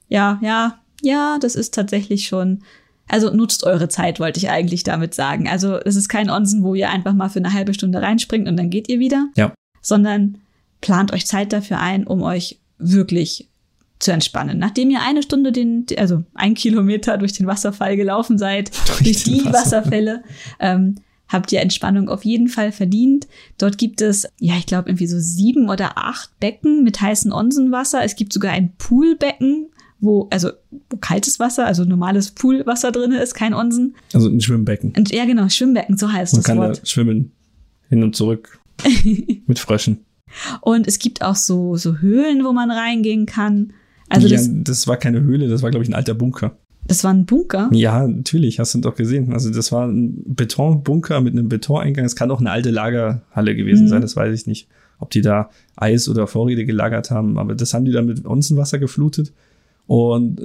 das ist tatsächlich schon. Also nutzt eure Zeit, wollte ich eigentlich damit sagen. Also es ist kein Onsen, wo ihr einfach mal für eine halbe Stunde reinspringt und dann geht ihr wieder. Ja. Sondern plant euch Zeit dafür ein, um euch wirklich zu entspannen. Nachdem ihr 1 Stunde 1 Kilometer durch den Wasserfall gelaufen seid, durch die Wasserfälle, habt ihr Entspannung auf jeden Fall verdient. Dort gibt es, ich glaube, irgendwie so 7 oder 8 Becken mit heißem Onsenwasser. Es gibt sogar ein Poolbecken, wo kaltes Wasser, also normales Poolwasser drin ist, kein Onsen. Also ein Schwimmbecken. Und, ja, genau, Schwimmbecken, so heißt das Wort. Man kann da schwimmen, hin und zurück, mit Fröschen. Und es gibt auch so Höhlen, wo man reingehen kann. Also das war keine Höhle, das war, glaube ich, ein alter Bunker. Das war ein Bunker? Ja, natürlich, hast du doch gesehen. Also das war ein Betonbunker mit einem Betoneingang. Es kann auch eine alte Lagerhalle gewesen sein, das weiß ich nicht. Ob die da Eis oder Vorräte gelagert haben, aber das haben die dann mit Onsenwasser geflutet. Und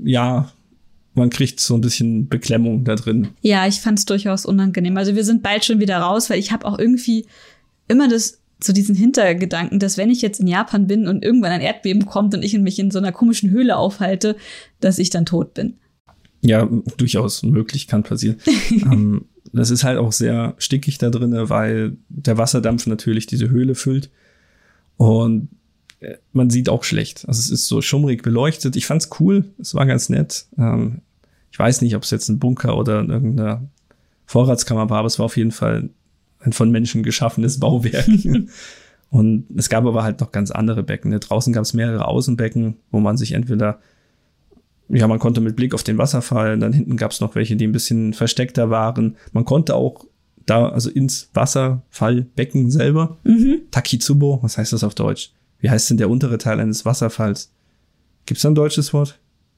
man kriegt so ein bisschen Beklemmung da drin. Ja, ich fand es durchaus unangenehm. Also wir sind bald schon wieder raus, weil ich habe auch irgendwie immer diesen Hintergedanken, dass wenn ich jetzt in Japan bin und irgendwann ein Erdbeben kommt und ich mich in so einer komischen Höhle aufhalte, dass ich dann tot bin. Ja, durchaus möglich, kann passieren. Das ist halt auch sehr stickig da drin, weil der Wasserdampf natürlich diese Höhle füllt. Und man sieht auch schlecht. Also es ist so schummrig beleuchtet. Ich fand's cool. Es war ganz nett. Ich weiß nicht, ob es jetzt ein Bunker oder irgendeine Vorratskammer war, aber es war auf jeden Fall ein von Menschen geschaffenes Bauwerk. Und es gab aber halt noch ganz andere Becken. Draußen gab es mehrere Außenbecken, wo man sich entweder, man konnte mit Blick auf den Wasserfall, dann hinten gab es noch welche, die ein bisschen versteckter waren. Man konnte auch da, also ins Wasserfallbecken selber, Takitsubo, was heißt das auf Deutsch? Wie heißt denn der untere Teil eines Wasserfalls? Gibt's da ein deutsches Wort?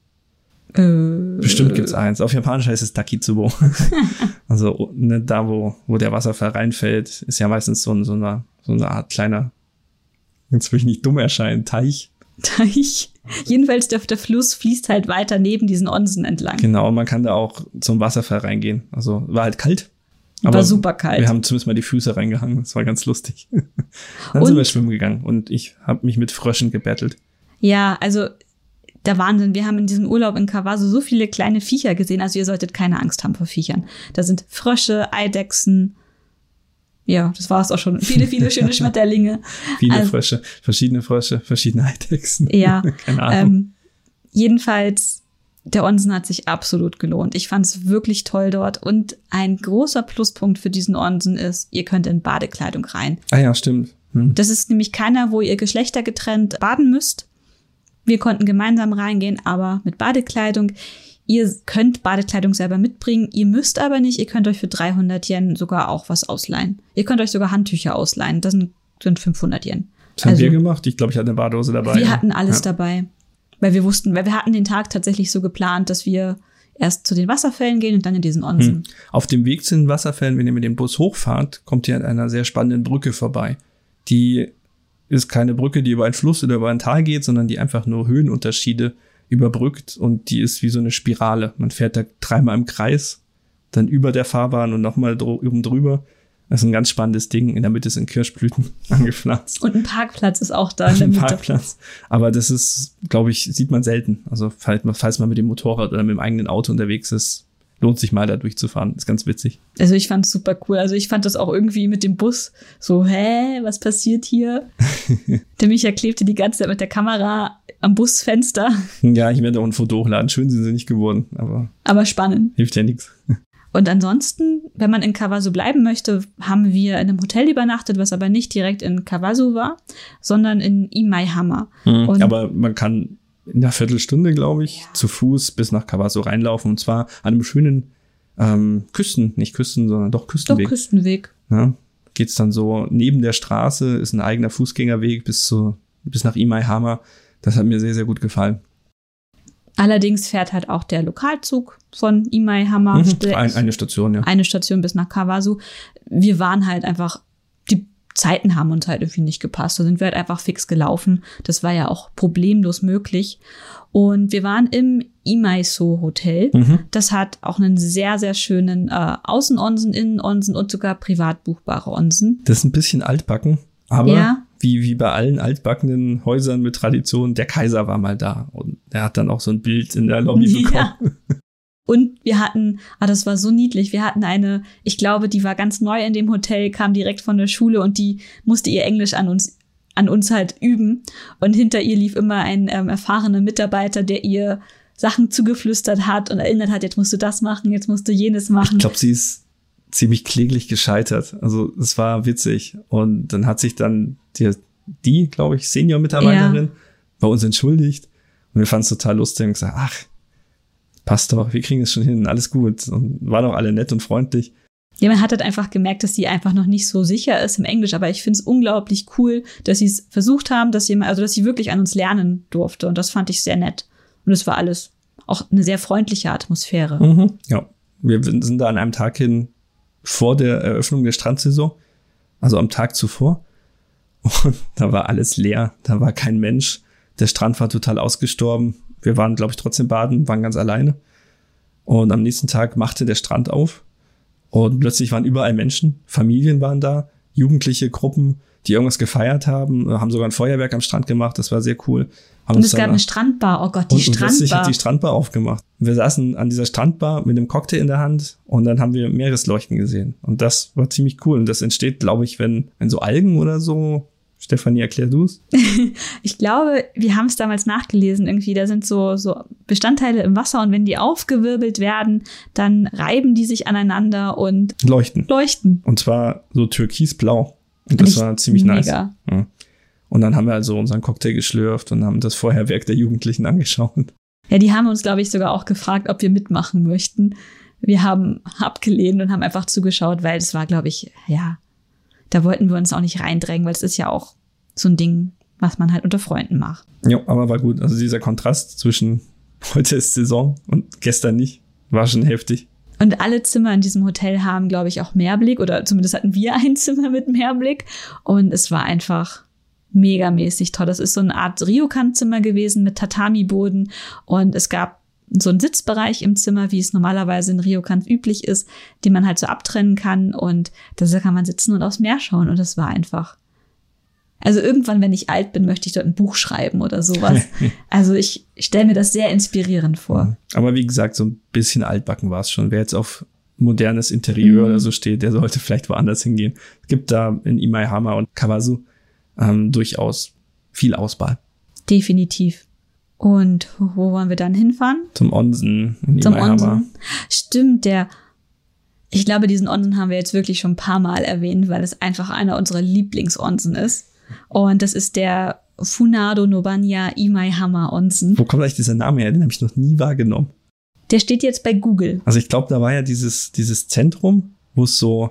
Bestimmt gibt's eins. Auf Japanisch heißt es Takitsubo. Also da, wo der Wasserfall reinfällt, ist ja meistens so eine Art kleiner, jetzt will ich nicht dumm erscheinen, Teich. Jedenfalls der Fluss fließt halt weiter neben diesen Onsen entlang. Genau, man kann da auch zum Wasserfall reingehen. Also war halt kalt. Aber war super kalt. Wir haben zumindest mal die Füße reingehangen. Das war ganz lustig. Dann sind wir schwimmen gegangen und ich habe mich mit Fröschen gebettelt. Ja, also der Wahnsinn. Wir haben in diesem Urlaub in Kawazu so viele kleine Viecher gesehen. Also ihr solltet keine Angst haben vor Viechern. Da sind Frösche, Eidechsen. Ja, das war es auch schon. Viele, viele schöne Schmetterlinge. Viele Frösche, verschiedene Eidechsen. Ja. Keine Ahnung. Jedenfalls, der Onsen hat sich absolut gelohnt. Ich fand es wirklich toll dort. Und ein großer Pluspunkt für diesen Onsen ist, ihr könnt in Badekleidung rein. Ah ja, stimmt. Das ist nämlich keiner, wo ihr geschlechtergetrennt baden müsst. Wir konnten gemeinsam reingehen, aber mit Badekleidung. Ihr könnt Badekleidung selber mitbringen, ihr müsst aber nicht. Ihr könnt euch für 300 Yen sogar auch was ausleihen. Ihr könnt euch sogar Handtücher ausleihen. Das sind 500 Yen. Das haben wir gemacht. Ich glaube, ich hatte eine Badehose dabei. Wir hatten alles dabei. Weil wir hatten den Tag tatsächlich so geplant, dass wir erst zu den Wasserfällen gehen und dann in diesen Onsen. Auf dem Weg zu den Wasserfällen, wenn ihr mit dem Bus hochfahrt, kommt ihr an einer sehr spannenden Brücke vorbei. Die ist keine Brücke, die über einen Fluss oder über ein Tal geht, sondern die einfach nur Höhenunterschiede überbrückt und die ist wie so eine Spirale. Man fährt da 3-mal im Kreis, dann über der Fahrbahn und nochmal oben drüber. Das ist ein ganz spannendes Ding. In der Mitte sind Kirschblüten angepflanzt. Und ein Parkplatz ist auch da in der Ein Mitte. Parkplatz. Aber das ist, glaube ich, sieht man selten. Also falls man mit dem Motorrad oder mit dem eigenen Auto unterwegs ist, lohnt sich mal da durchzufahren. Ist ganz witzig. Also ich fand es super cool. Also ich fand das auch irgendwie mit dem Bus so, was passiert hier? Der Micha klebte die ganze Zeit mit der Kamera am Busfenster. Ja, ich werde auch ein Foto hochladen. Schön sind sie nicht geworden, aber spannend. Hilft ja nichts. Und ansonsten, wenn man in Kawasu bleiben möchte, haben wir in einem Hotel übernachtet, was aber nicht direkt in Kawasu war, sondern in Imaihama. Aber man kann in einer Viertelstunde, glaube ich, zu Fuß bis nach Kawasu reinlaufen. Und zwar an einem schönen Küstenweg. Doch, Küstenweg. Ja, geht's dann so neben der Straße, ist ein eigener Fußgängerweg bis nach Imaihama. Das hat mir sehr, sehr gut gefallen. Allerdings fährt halt auch der Lokalzug von Imaihama. Eine Station, ja. Eine Station bis nach Kawasu. Wir waren halt einfach, die Zeiten haben uns halt irgendwie nicht gepasst. Da sind wir halt einfach fix gelaufen. Das war ja auch problemlos möglich. Und wir waren im Imaiso Hotel. Das hat auch einen sehr, sehr schönen Außenonsen, Innenonsen und sogar privat buchbare Onsen. Das ist ein bisschen altbacken, aber wie bei allen altbackenen Häusern mit Tradition, der Kaiser war mal da. Und er hat dann auch so ein Bild in der Lobby bekommen. Ja. Und wir hatten, das war so niedlich, wir hatten eine, ich glaube, die war ganz neu in dem Hotel, kam direkt von der Schule und die musste ihr Englisch an uns halt üben. Und hinter ihr lief immer ein erfahrener Mitarbeiter, der ihr Sachen zugeflüstert hat und erinnert hat, jetzt musst du das machen, jetzt musst du jenes machen. Ich glaube, sie ist ziemlich kläglich gescheitert. Also es war witzig. Und dann hat sich dann die glaube ich, Senior-Mitarbeiterin bei uns entschuldigt. Und wir fanden es total lustig und gesagt, ach, passt doch, wir kriegen es schon hin, alles gut. Und waren auch alle nett und freundlich. Ja, man hat halt einfach gemerkt, dass sie einfach noch nicht so sicher ist im Englisch. Aber ich finde es unglaublich cool, dass sie es versucht haben, dass sie wirklich an uns lernen durfte. Und das fand ich sehr nett. Und es war alles auch eine sehr freundliche Atmosphäre. Ja, wir sind da an einem Tag hin vor der Eröffnung der Strandsaison, also am Tag zuvor. Und da war alles leer, da war kein Mensch. Der Strand war total ausgestorben. Wir waren, glaube ich, trotzdem baden, waren ganz alleine. Und am nächsten Tag machte der Strand auf. Und plötzlich waren überall Menschen, Familien waren da, jugendliche Gruppen, die irgendwas gefeiert haben sogar ein Feuerwerk am Strand gemacht, das war sehr cool. Und es gab eine Strandbar, oh Gott, die Strandbar. Und plötzlich hat die Strandbar aufgemacht. Wir saßen an dieser Strandbar mit einem Cocktail in der Hand und dann haben wir Meeresleuchten gesehen. Und das war ziemlich cool. Und das entsteht, glaube ich, wenn so Algen oder so. Stefanie, erklär du es. Ich glaube, wir haben es damals nachgelesen irgendwie. Da sind so Bestandteile im Wasser und wenn die aufgewirbelt werden, dann reiben die sich aneinander und leuchten. Und zwar so türkisblau. Und das war ziemlich nice. Ja. Und dann haben wir also unseren Cocktail geschlürft und haben das Feuerwerk der Jugendlichen angeschaut. Ja, die haben uns, glaube ich, sogar auch gefragt, ob wir mitmachen möchten. Wir haben abgelehnt und haben einfach zugeschaut, weil das war, glaube ich, da wollten wir uns auch nicht reindrängen, weil es ist ja auch so ein Ding, was man halt unter Freunden macht. Ja, aber war gut. Also dieser Kontrast zwischen heute ist Saison und gestern nicht, war schon heftig. Und alle Zimmer in diesem Hotel haben, glaube ich, auch Mehrblick oder zumindest hatten wir ein Zimmer mit Mehrblick. Und es war einfach megamäßig toll. Das ist so eine Art Ryokan-Zimmer gewesen mit Tatami-Boden und es gab so einen Sitzbereich im Zimmer, wie es normalerweise in Ryokan üblich ist, den man halt so abtrennen kann und da kann man sitzen und aufs Meer schauen und das war einfach. Also irgendwann, wenn ich alt bin, möchte ich dort ein Buch schreiben oder sowas. Also ich stelle mir das sehr inspirierend vor. Aber wie gesagt, so ein bisschen altbacken war es schon. Wer jetzt auf modernes Interieur oder so steht, der sollte vielleicht woanders hingehen. Es gibt da in Imaihama und Kawasu durchaus viel Auswahl. Definitiv. Und wo wollen wir dann hinfahren? Zum Onsen in Imaihama. Stimmt, ich glaube, diesen Onsen haben wir jetzt wirklich schon ein paar Mal erwähnt, weil es einfach einer unserer Lieblingsonsen ist. Und das ist der Funado Nobanya Imaihama Onsen. Wo kommt eigentlich dieser Name her? Den habe ich noch nie wahrgenommen. Der steht jetzt bei Google. Also ich glaube, da war ja dieses Zentrum, wo es so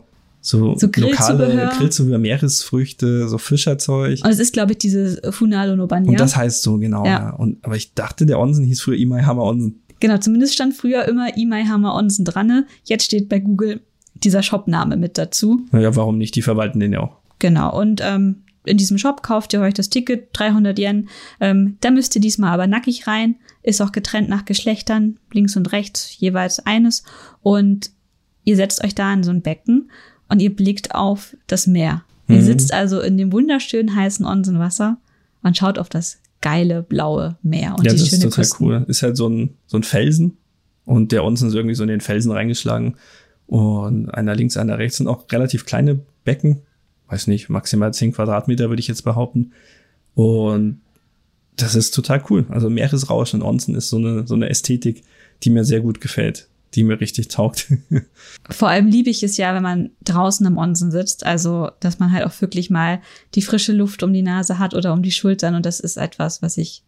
lokale Grillzubehör, Meeresfrüchte, so Fischerzeug. Und es ist, glaube ich, dieses Funado Nobanya. Und das heißt so, genau. Ja. Aber ich dachte, der Onsen hieß früher Imaihama Onsen. Genau, zumindest stand früher immer Imaihama Onsen dran. Jetzt steht bei Google dieser Shopname mit dazu. Naja, warum nicht? Die verwalten den ja auch. Genau, und in diesem Shop kauft ihr euch das Ticket, 300 Yen. Da müsst ihr diesmal aber nackig rein. Ist auch getrennt nach Geschlechtern, links und rechts jeweils eines. Und ihr setzt euch da in so ein Becken. und ihr blickt auf das Meer. Ihr sitzt also in dem wunderschönen heißen Onsenwasser und schaut auf das geile blaue Meer und ja, die das schöne ist total Küsten. cool. Ist halt so ein Felsen und der Onsen ist irgendwie so in den Felsen reingeschlagen und einer links, einer rechts sind auch relativ kleine Becken. Weiß nicht, maximal 10 Quadratmeter würde ich jetzt behaupten. Und das ist total cool. Also Meeresrauschen in Onsen ist so eine Ästhetik, die mir sehr gut gefällt, die mir richtig taugt. Vor allem liebe ich es ja, wenn man draußen am Onsen sitzt, also dass man halt auch wirklich mal die frische Luft um die Nase hat oder um die Schultern und das ist etwas, was ich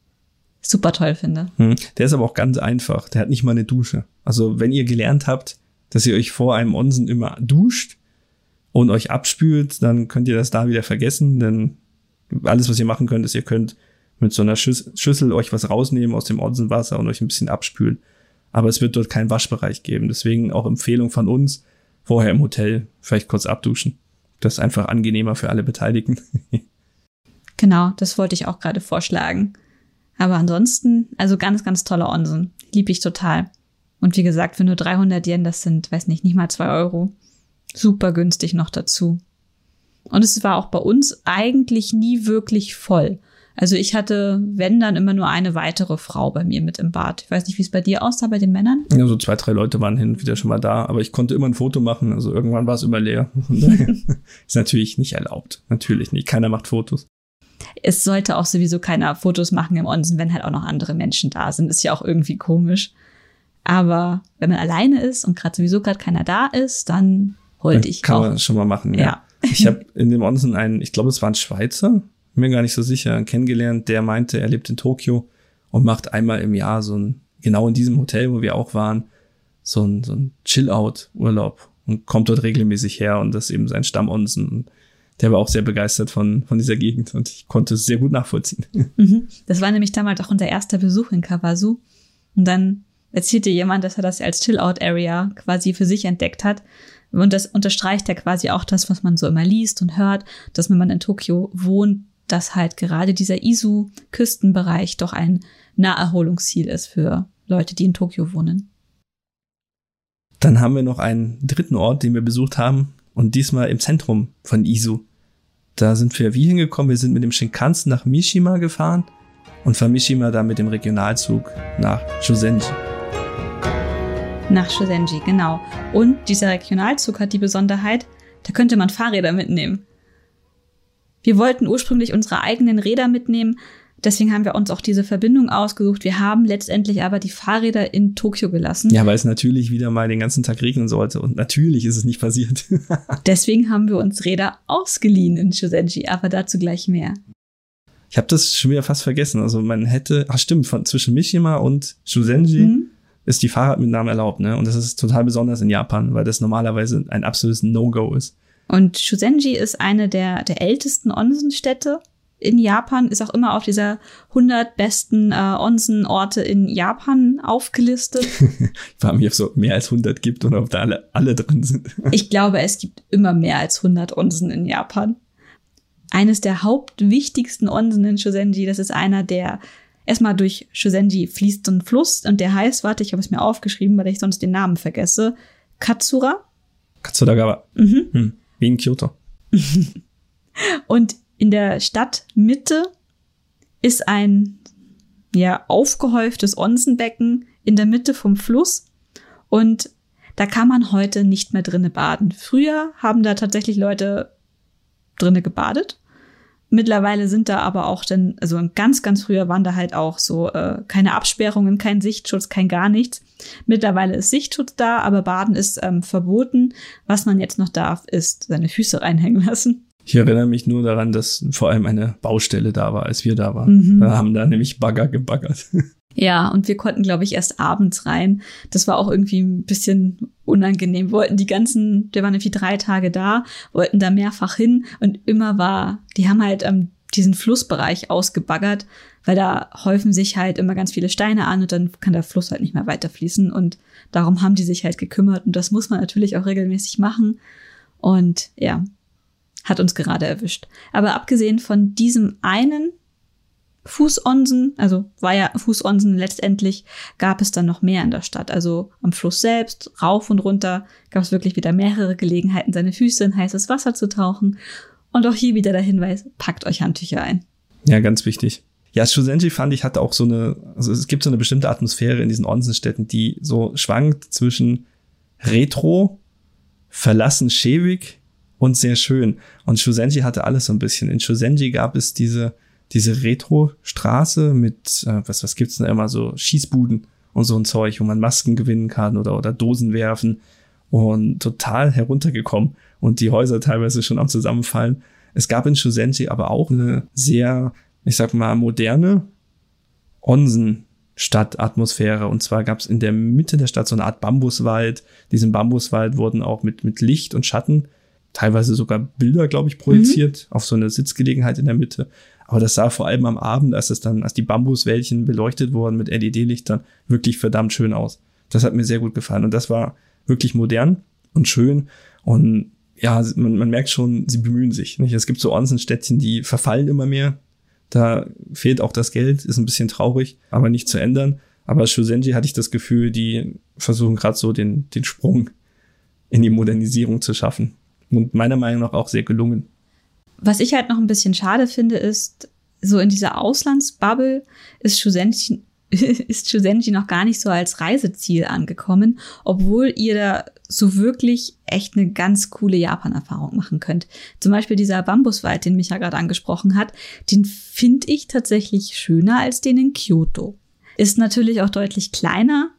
super toll finde. Der ist aber auch ganz einfach. Der hat nicht mal eine Dusche. Also wenn ihr gelernt habt, dass ihr euch vor einem Onsen immer duscht und euch abspült, dann könnt ihr das da wieder vergessen, denn alles, was ihr machen könnt, ist, ihr könnt mit so einer Schüssel euch was rausnehmen aus dem Onsenwasser und euch ein bisschen abspülen. Aber es wird dort keinen Waschbereich geben. Deswegen auch Empfehlung von uns, vorher im Hotel vielleicht kurz abduschen. Das ist einfach angenehmer für alle Beteiligten. Genau, das wollte ich auch gerade vorschlagen. Aber ansonsten, also ganz, ganz toller Onsen. Liebe ich total. Und wie gesagt, für nur 300 Yen, das sind, weiß nicht mal 2 Euro. Super günstig noch dazu. Und es war auch bei uns eigentlich nie wirklich voll. Also ich hatte, wenn, dann immer nur eine weitere Frau bei mir mit im Bad. Ich weiß nicht, wie es bei dir aussah, bei den Männern? Ja, so 2, 3 Leute waren hin und wieder schon mal da, aber ich konnte immer ein Foto machen, also irgendwann war es immer leer. Von daher ist natürlich nicht erlaubt. Natürlich nicht. Keiner macht Fotos. Es sollte auch sowieso keiner Fotos machen im Onsen, wenn halt auch noch andere Menschen da sind. Ist ja auch irgendwie komisch. Aber wenn man alleine ist und sowieso keiner da ist, dann holte ich kann auch. Kann man schon mal machen, ja. Ich habe in dem Onsen ich glaube, es war ein Schweizer, bin mir gar nicht so sicher, kennengelernt, der meinte, er lebt in Tokio und macht einmal im Jahr genau in diesem Hotel, wo wir auch waren, so ein Chill-Out-Urlaub und kommt dort regelmäßig her und das ist eben sein Stammonsen. Und der war auch sehr begeistert von dieser Gegend und ich konnte es sehr gut nachvollziehen. Das war nämlich damals auch unser erster Besuch in Kawasu. Und dann erzählte jemand, dass er das als Chill-Out-Area quasi für sich entdeckt hat. Und das unterstreicht ja quasi auch das, was man so immer liest und hört, dass wenn man in Tokio wohnt, dass halt gerade dieser Izu-Küstenbereich doch ein Naherholungsziel ist für Leute, die in Tokio wohnen. Dann haben wir noch einen dritten Ort, den wir besucht haben und diesmal im Zentrum von Izu. Da sind wir wie hingekommen? Wir sind mit dem Shinkansen nach Mishima gefahren und von Mishima dann mit dem Regionalzug nach Shusenji. Nach Shusenji, genau. Und dieser Regionalzug hat die Besonderheit, da könnte man Fahrräder mitnehmen. Wir wollten ursprünglich unsere eigenen Räder mitnehmen, deswegen haben wir uns auch diese Verbindung ausgesucht. Wir haben letztendlich aber die Fahrräder in Tokio gelassen. Ja, weil es natürlich wieder mal den ganzen Tag regnen sollte und natürlich ist es nicht passiert. Deswegen haben wir uns Räder ausgeliehen in Shusenji, aber dazu gleich mehr. Ich habe das schon wieder fast vergessen. Also man hätte, stimmt, zwischen Mishima und Shusenji ist die Fahrradmitnahme erlaubt, ne? Und das ist total besonders in Japan, weil das normalerweise ein absolutes No-Go ist. Und Shusenji ist eine der ältesten Onsenstädte in Japan, ist auch immer auf dieser 100 besten Onsenorte in Japan aufgelistet. Ich frage mich, ob es so mehr als 100 gibt oder ob da alle drin sind. Ich glaube, es gibt immer mehr als 100 Onsen in Japan. Eines der hauptwichtigsten Onsen in Shusenji, das ist einer der, erstmal durch Shusenji fließt so ein Fluss und der heißt, ich habe es mir aufgeschrieben, weil ich sonst den Namen vergesse, Katsura. Katsuragawa. Wie in Kyoto. Und in der Stadtmitte ist ein aufgehäuftes Onsenbecken in der Mitte vom Fluss und da kann man heute nicht mehr drinne baden. Früher haben da tatsächlich Leute drinne gebadet. Mittlerweile sind da aber auch also ganz, ganz früher waren da halt auch so keine Absperrungen, kein Sichtschutz, kein gar nichts. Mittlerweile ist Sichtschutz da, aber Baden ist verboten. Was man jetzt noch darf, ist seine Füße reinhängen lassen. Ich erinnere mich nur daran, dass vor allem eine Baustelle da war, als wir da waren. Da haben da nämlich Bagger gebaggert. Ja, und wir konnten, glaube ich, erst abends rein. Das war auch irgendwie ein bisschen unangenehm. Wir waren irgendwie 3 Tage da, wollten da mehrfach hin und die haben halt diesen Flussbereich ausgebaggert, weil da häufen sich halt immer ganz viele Steine an und dann kann der Fluss halt nicht mehr weiterfließen und darum haben die sich halt gekümmert und das muss man natürlich auch regelmäßig machen und ja, hat uns gerade erwischt. Aber abgesehen von diesem einen Fußonsen, also war ja Fußonsen letztendlich, gab es dann noch mehr in der Stadt. Also am Fluss selbst, rauf und runter, gab es wirklich wieder mehrere Gelegenheiten, seine Füße in heißes Wasser zu tauchen. Und auch hier wieder der Hinweis, packt euch Handtücher ein. Ja, ganz wichtig. Ja, Shuzenji fand ich, hatte auch also es gibt so eine bestimmte Atmosphäre in diesen Onsenstädten, die so schwankt zwischen Retro, verlassen, schäbig und sehr schön. Und Shuzenji hatte alles so ein bisschen. In Shuzenji gab es diese Retro-Straße mit, was gibt's denn immer, so Schießbuden und so ein Zeug, wo man Masken gewinnen kann oder Dosen werfen und total heruntergekommen und die Häuser teilweise schon am Zusammenfallen. Es gab in Shuzenji aber auch eine sehr, ich sag mal, moderne Onsen-Stadt-Atmosphäre. Und zwar gab es in der Mitte der Stadt so eine Art Bambuswald. Diesen Bambuswald wurden auch mit Licht und Schatten, teilweise sogar Bilder, glaube ich, projiziert auf so eine Sitzgelegenheit in der Mitte. Aber das sah vor allem am Abend, als die Bambuswäldchen beleuchtet wurden mit LED-Lichtern, wirklich verdammt schön aus. Das hat mir sehr gut gefallen. Und das war wirklich modern und schön. Und ja, man merkt schon, sie bemühen sich, nicht? Es gibt so Onsenstädtchen, die verfallen immer mehr. Da fehlt auch das Geld, ist ein bisschen traurig, aber nicht zu ändern. Aber Shuzenji hatte ich das Gefühl, die versuchen gerade so den Sprung in die Modernisierung zu schaffen. Und meiner Meinung nach auch sehr gelungen. Was ich halt noch ein bisschen schade finde, ist, so in dieser Auslandsbubble ist Shuzenji noch gar nicht so als Reiseziel angekommen, obwohl ihr da so wirklich echt eine ganz coole Japan-Erfahrung machen könnt. Zum Beispiel dieser Bambuswald, den Micha gerade angesprochen hat, den finde ich tatsächlich schöner als den in Kyoto. Ist natürlich auch deutlich kleiner,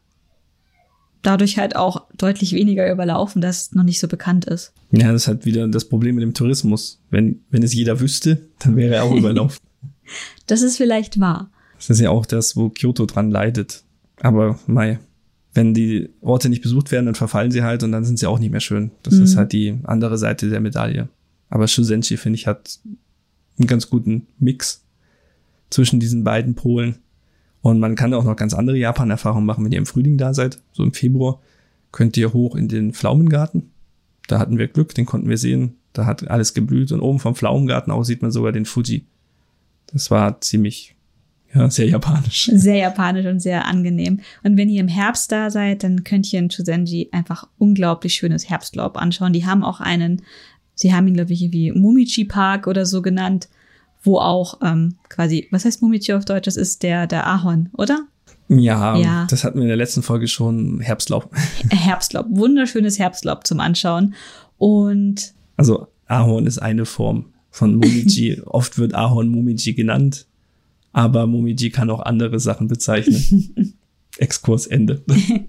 dadurch halt auch deutlich weniger überlaufen, dass es noch nicht so bekannt ist. Ja, das ist halt wieder das Problem mit dem Tourismus. Wenn es jeder wüsste, dann wäre er auch überlaufen. Das ist vielleicht wahr. Das ist ja auch das, wo Kyoto dran leidet. Aber wenn die Orte nicht besucht werden, dann verfallen sie halt und dann sind sie auch nicht mehr schön. Das ist halt die andere Seite der Medaille. Aber Shuzenji, finde ich, hat einen ganz guten Mix zwischen diesen beiden Polen. Und man kann auch noch ganz andere Japan-Erfahrungen machen, wenn ihr im Frühling da seid. So im Februar könnt ihr hoch in den Pflaumengarten. Da hatten wir Glück, den konnten wir sehen. Da hat alles geblüht und oben vom Pflaumengarten aus sieht man sogar den Fuji. Das war ziemlich, sehr japanisch. Sehr japanisch und sehr angenehm. Und wenn ihr im Herbst da seid, dann könnt ihr in Shuzenji einfach unglaublich schönes Herbstlaub anschauen. Die haben auch sie haben ihn, glaube ich, wie Momichi Park oder so genannt, wo auch quasi, was heißt Momichi auf Deutsch? Das ist der Ahorn, oder? Ja, das hatten wir in der letzten Folge schon, Herbstlaub. Herbstlaub, wunderschönes Herbstlaub zum Anschauen. Und also Ahorn ist eine Form von Momichi. Oft wird Ahorn Momichi genannt, aber Momichi kann auch andere Sachen bezeichnen. Exkurs Ende.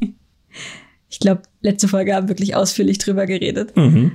Ich glaube, letzte Folge haben wir wirklich ausführlich drüber geredet.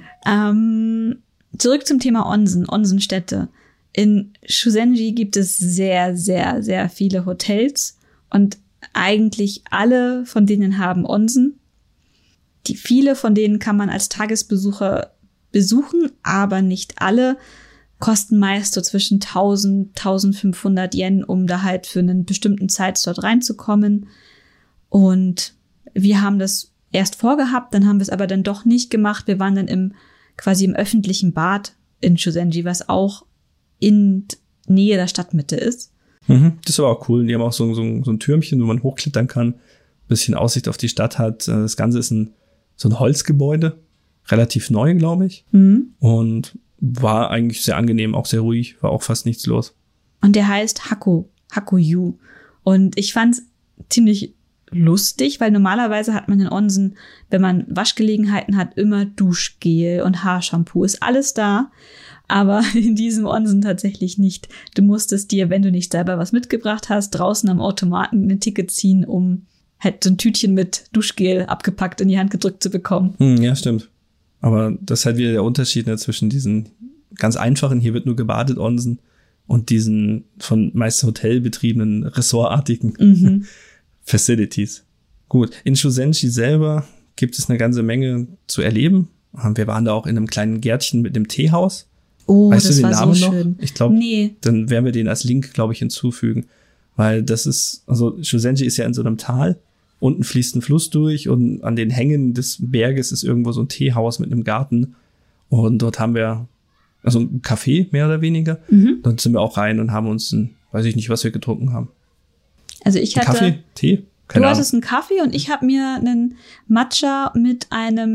Zurück zum Thema Onsenstädte. In Shuzenji gibt es sehr, sehr, sehr viele Hotels und eigentlich alle von denen haben Onsen. Viele von denen kann man als Tagesbesucher besuchen, aber nicht alle. Kosten meist so zwischen 1000, 1500 Yen, um da halt für einen bestimmten Zeitslot reinzukommen. Und wir haben das erst vorgehabt, dann haben wir es aber dann doch nicht gemacht. Wir waren dann quasi im öffentlichen Bad in Shuzenji, was auch in Nähe der Stadtmitte ist. Das war auch cool. Die haben auch so ein Türmchen, wo man hochklettern kann, ein bisschen Aussicht auf die Stadt hat. Das Ganze ist so ein Holzgebäude, relativ neu, glaube ich. Und war eigentlich sehr angenehm, auch sehr ruhig, war auch fast nichts los. Und der heißt Hakuyu. Und ich fand's ziemlich lustig, weil normalerweise hat man in Onsen, wenn man Waschgelegenheiten hat, immer Duschgel und Haarshampoo. Ist alles da, aber in diesem Onsen tatsächlich nicht. Du musstest dir, wenn du nicht selber was mitgebracht hast, draußen am Automaten ein Ticket ziehen, um halt so ein Tütchen mit Duschgel abgepackt in die Hand gedrückt zu bekommen. Ja, stimmt. Aber das ist halt wieder der Unterschied zwischen diesen ganz einfachen, hier wird nur gebadet Onsen und diesen von meist Hotel betriebenen, ressortartigen Facilities. Gut, in Shuzenji selber gibt es eine ganze Menge zu erleben. Wir waren da auch in einem kleinen Gärtchen mit einem Teehaus. Oh, weißt das du den war Namen so noch? schön. Ich glaube, nee. Dann werden wir den als Link, glaube ich, hinzufügen. Weil das ist, also Shuzenji ist ja in so einem Tal. Unten fließt ein Fluss durch und an den Hängen des Berges ist irgendwo so ein Teehaus mit einem Garten. Und dort haben wir, also ein Café mehr oder weniger. Dort sind wir auch rein und haben uns ein weiß ich nicht, was wir getrunken haben. Also ich hatte Kaffee, Tee? Du hattest einen Kaffee und ich habe mir einen Matcha mit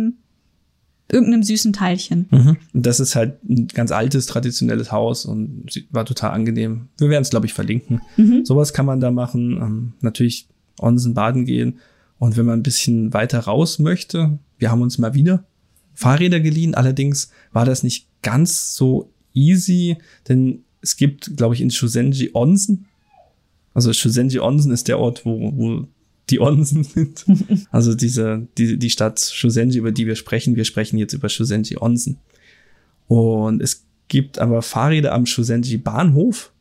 irgendeinem süßen Teilchen. Mhm. Das ist halt ein ganz altes, traditionelles Haus und war total angenehm. Wir werden es, glaube ich, verlinken. Sowas kann man da machen. Natürlich Onsen baden gehen. Und wenn man ein bisschen weiter raus möchte, wir haben uns mal wieder Fahrräder geliehen. Allerdings war das nicht ganz so easy, denn es gibt, glaube ich, in Shusenji Onsen. Also Shusenji Onsen ist der Ort, wo die Onsen sind. Also die Stadt Shusenji, über die wir sprechen. Wir sprechen jetzt über Shusenji Onsen. Und es gibt aber Fahrräder am Shusenji Bahnhof.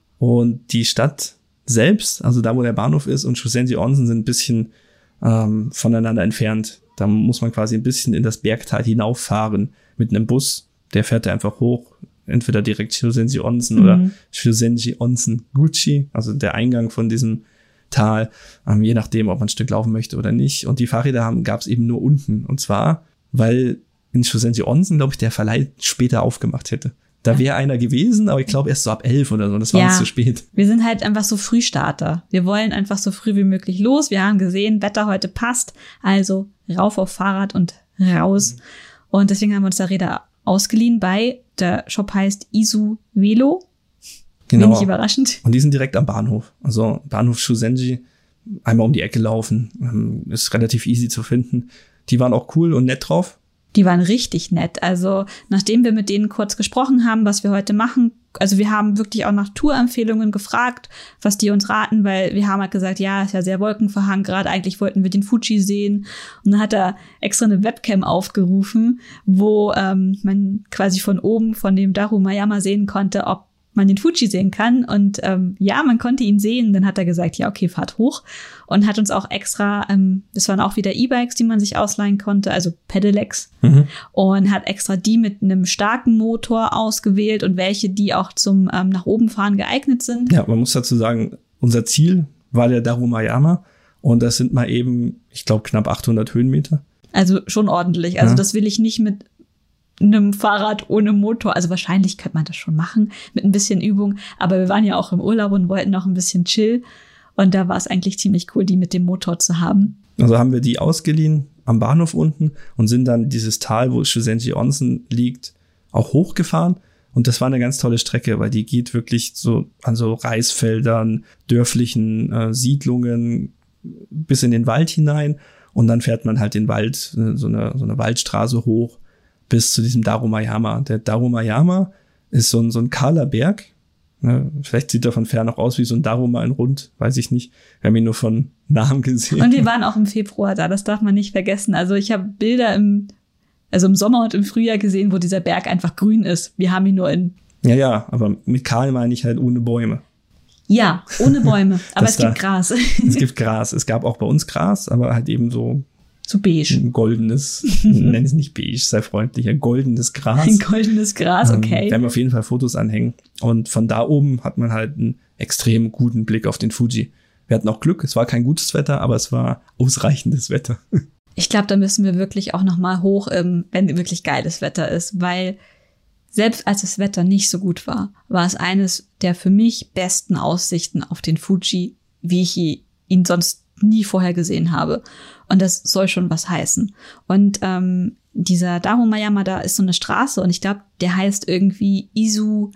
Und die Stadt selbst, also da, wo der Bahnhof ist, und Shusenji Onsen sind ein bisschen voneinander entfernt. Da muss man quasi ein bisschen in das Bergtal hinauffahren mit einem Bus. Der fährt da einfach hoch. Entweder direkt Shusenji Onsen oder Shusenji Onsen Guchi, also der Eingang von diesem Tal, je nachdem, ob man ein Stück laufen möchte oder nicht. Und die Fahrräder gab es eben nur unten. Und zwar, weil in Shusenji Onsen, glaube ich, der Verleih später aufgemacht hätte. Da wäre einer gewesen, aber ich glaube erst so ab 11 oder so. Das war uns zu spät. Wir sind halt einfach so Frühstarter. Wir wollen einfach so früh wie möglich los. Wir haben gesehen, Wetter heute passt. Also rauf auf Fahrrad und raus. Und deswegen haben wir uns da Räder ausgeliehen der Shop heißt Izu Velo. Genau. Wenig überraschend. Und die sind direkt am Bahnhof. Also Bahnhof Shusenji, einmal um die Ecke laufen, ist relativ easy zu finden. Die waren auch cool und nett drauf. Die waren richtig nett. Also nachdem wir mit denen kurz gesprochen haben, was wir heute machen, also wir haben wirklich auch nach Tourempfehlungen gefragt, was die uns raten, weil wir haben halt gesagt, ja, ist ja sehr wolkenverhangen gerade, eigentlich wollten wir den Fuji sehen. Und dann hat er extra eine Webcam aufgerufen, wo man quasi von oben von dem Darumayama sehen konnte, ob man den Fuji sehen kann. Und ja, man konnte ihn sehen. Dann hat er gesagt, ja, okay, fahrt hoch. Und hat uns auch extra, das waren auch wieder E-Bikes, die man sich ausleihen konnte, also Pedelecs. Und hat extra die mit einem starken Motor ausgewählt und welche, die auch zum nach oben fahren geeignet sind. Ja, man muss dazu sagen, unser Ziel war der Darumayama. Und das sind mal eben, ich glaube, knapp 800 Höhenmeter. Also schon ordentlich. Also das will ich nicht mit einem Fahrrad ohne Motor. Also wahrscheinlich könnte man das schon machen mit ein bisschen Übung. Aber wir waren ja auch im Urlaub und wollten noch ein bisschen chill. Und da war es eigentlich ziemlich cool, die mit dem Motor zu haben. Also haben wir die ausgeliehen am Bahnhof unten und sind dann dieses Tal, wo Shusenji Onsen liegt, auch hochgefahren. Und das war eine ganz tolle Strecke, weil die geht wirklich so an so Reisfeldern, dörflichen Siedlungen bis in den Wald hinein. Und dann fährt man halt den Wald, so eine Waldstraße hoch bis zu diesem Darumayama. Der Darumayama ist so ein kahler Berg. Vielleicht sieht er von fern noch aus wie so ein Daruma in Rund, weiß ich nicht. Wir haben ihn nur von Namen gesehen. Und wir waren auch im Februar da, das darf man nicht vergessen. Also ich habe Bilder im Sommer und im Frühjahr gesehen, wo dieser Berg einfach grün ist. Wir haben ihn nur in... Ja, aber mit kahl meine ich halt ohne Bäume. Ja, ohne Bäume, aber es gibt Gras. Es gibt Gras. Es gab auch bei uns Gras, aber halt eben so beige. Ein goldenes, nenn es nicht beige, sei freundlich, ein goldenes Gras. Ein goldenes Gras, okay. Wir haben auf jeden Fall Fotos anhängen. Und von da oben hat man halt einen extrem guten Blick auf den Fuji. Wir hatten auch Glück, es war kein gutes Wetter, aber es war ausreichendes Wetter. Ich glaube, da müssen wir wirklich auch noch mal hoch, wenn wirklich geiles Wetter ist, weil selbst als das Wetter nicht so gut war, war es eines der für mich besten Aussichten auf den Fuji, wie ich ihn sonst nie vorher gesehen habe. Und das soll schon was heißen. Und dieser Darumayama, da ist so eine Straße und ich glaube, der heißt irgendwie Izu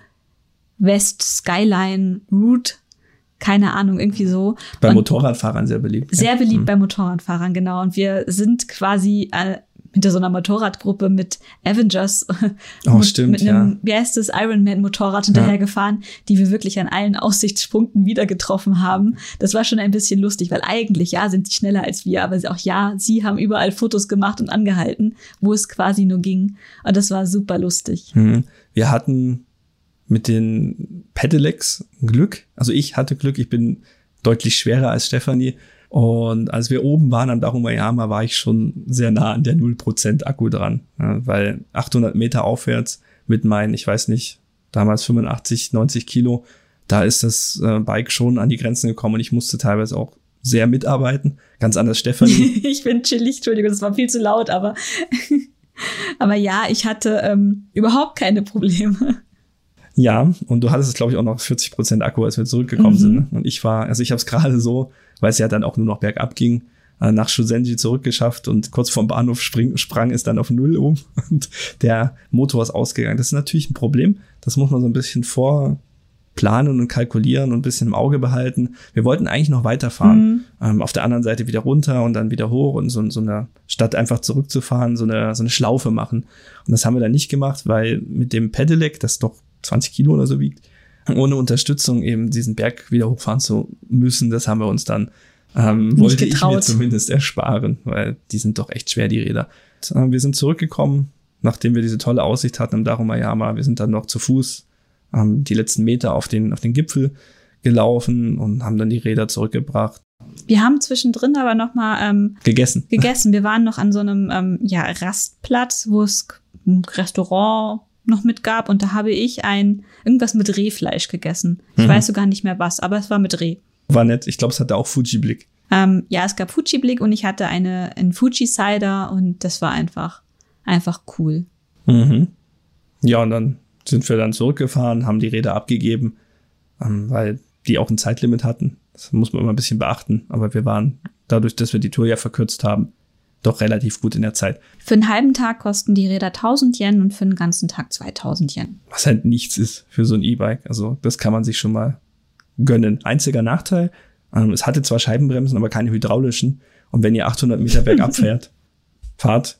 West Skyline Route. Keine Ahnung, irgendwie so. Bei Motorradfahrern sehr beliebt. Sehr beliebt bei Motorradfahrern, genau. Und wir sind quasi hinter so einer Motorradgruppe mit Avengers. Stimmt, mit einem, wie heißt das, Ironman-Motorrad hinterhergefahren, die wir wirklich an allen Aussichtspunkten wieder getroffen haben. Das war schon ein bisschen lustig, weil eigentlich, ja, sind sie schneller als wir, aber auch, ja, sie haben überall Fotos gemacht und angehalten, wo es quasi nur ging. Und das war super lustig. Wir hatten mit den Pedelecs Glück. Also ich hatte Glück, ich bin deutlich schwerer als Stefanie. Und als wir oben waren am Darumayama, war ich schon sehr nah an der 0% Akku dran. Ja, weil 800 Meter aufwärts mit meinen, ich weiß nicht, damals 85, 90 Kilo, da ist das Bike schon an die Grenzen gekommen und ich musste teilweise auch sehr mitarbeiten. Ganz anders Stefanie. Ich bin chillig, Entschuldigung, das war viel zu laut, aber ja, ich hatte überhaupt keine Probleme. Ja, und du hattest, glaube ich, auch noch 40% Akku, als wir zurückgekommen sind. Ne? Und ich habe es gerade so, weil es ja dann auch nur noch bergab ging, nach Shusenji zurückgeschafft und kurz vorm Bahnhof sprang es dann auf 0 um und der Motor ist ausgegangen. Das ist natürlich ein Problem. Das muss man so ein bisschen vorplanen und kalkulieren und ein bisschen im Auge behalten. Wir wollten eigentlich noch weiterfahren. Auf der anderen Seite wieder runter und dann wieder hoch und so eine, statt einfach zurückzufahren, so eine Schlaufe machen. Und das haben wir dann nicht gemacht, weil mit dem Pedelec, das doch 20 Kilo oder so wiegt, ohne Unterstützung eben diesen Berg wieder hochfahren zu müssen, das haben wir uns dann wollte ich mir zumindest ersparen, weil die sind doch echt schwer, die Räder. Wir sind zurückgekommen, nachdem wir diese tolle Aussicht hatten im Daruma-Yama. Wir sind dann noch zu Fuß die letzten Meter auf den Gipfel gelaufen und haben dann die Räder zurückgebracht. Wir haben zwischendrin aber noch mal gegessen. Wir waren noch an so einem Rastplatz, wo es ein Restaurant noch mit gab und da habe ich irgendwas mit Rehfleisch gegessen. Ich weiß sogar nicht mehr was, aber es war mit Reh. War nett. Ich glaube, es hatte auch Fuji-Blick. Es gab Fuji-Blick und ich hatte einen Fuji-Cider und das war einfach cool. Mhm. Ja, und dann sind wir dann zurückgefahren, haben die Räder abgegeben, weil die auch ein Zeitlimit hatten. Das muss man immer ein bisschen beachten. Aber wir waren, dadurch, dass wir die Tour ja verkürzt haben, doch relativ gut in der Zeit. Für einen halben Tag kosten die Räder 1.000 Yen und für einen ganzen Tag 2.000 Yen. Was halt nichts ist für so ein E-Bike. Also das kann man sich schon mal gönnen. Einziger Nachteil, es hatte zwar Scheibenbremsen, aber keine hydraulischen. Und wenn ihr 800 Meter bergab fahrt,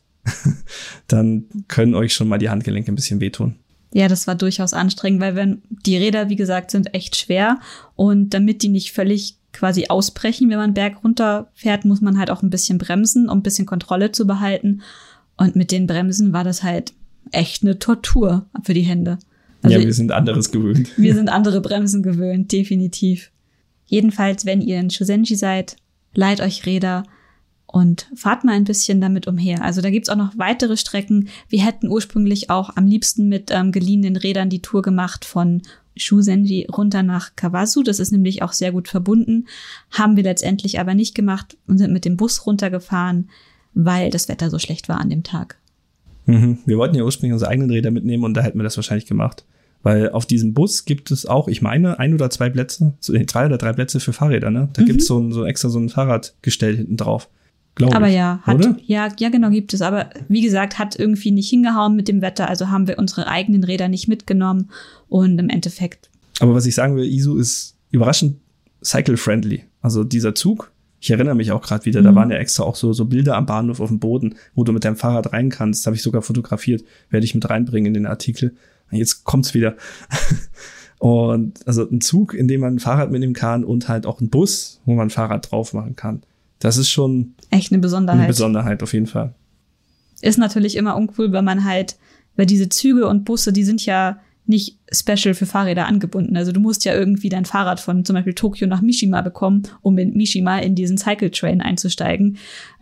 dann können euch schon mal die Handgelenke ein bisschen wehtun. Ja, das war durchaus anstrengend, weil die Räder, wie gesagt, sind echt schwer. Und damit die nicht völlig quasi ausbrechen, wenn man Berg runterfährt, muss man halt auch ein bisschen bremsen, um ein bisschen Kontrolle zu behalten. Und mit den Bremsen war das halt echt eine Tortur für die Hände. Also wir sind anderes gewöhnt. Wir sind andere Bremsen gewöhnt, definitiv. Jedenfalls, wenn ihr in Shusenji seid, leiht euch Räder und fahrt mal ein bisschen damit umher. Also da gibt's auch noch weitere Strecken. Wir hätten ursprünglich auch am liebsten mit geliehenen Rädern die Tour gemacht von Shusenji runter nach Kawazu. Das ist nämlich auch sehr gut verbunden. Haben wir letztendlich aber nicht gemacht und sind mit dem Bus runtergefahren, weil das Wetter so schlecht war an dem Tag. Wir wollten ja ursprünglich unsere eigenen Räder mitnehmen und da hätten wir das wahrscheinlich gemacht. Weil auf diesem Bus gibt es auch, ich meine, 2 oder 3 Plätze für Fahrräder, ne? Da gibt's so extra so ein Fahrradgestell hinten drauf. Aber ja, genau, gibt es. Aber wie gesagt, hat irgendwie nicht hingehauen mit dem Wetter. Also haben wir unsere eigenen Räder nicht mitgenommen. Und im Endeffekt. Aber was ich sagen will, Izu ist überraschend cycle-friendly. Also dieser Zug, ich erinnere mich auch gerade wieder, da waren ja extra auch so Bilder am Bahnhof auf dem Boden, wo du mit deinem Fahrrad rein kannst. Das habe ich sogar fotografiert. Werde ich mit reinbringen in den Artikel. Jetzt kommt's wieder. Und also ein Zug, in dem man ein Fahrrad mitnehmen kann und halt auch ein Bus, wo man ein Fahrrad drauf machen kann. Das ist schon echt eine Besonderheit. Eine Besonderheit, auf jeden Fall. Ist natürlich immer uncool, weil diese Züge und Busse, die sind ja nicht special für Fahrräder angebunden. Also du musst ja irgendwie dein Fahrrad von zum Beispiel Tokio nach Mishima bekommen, um in Mishima in diesen Cycle Train einzusteigen.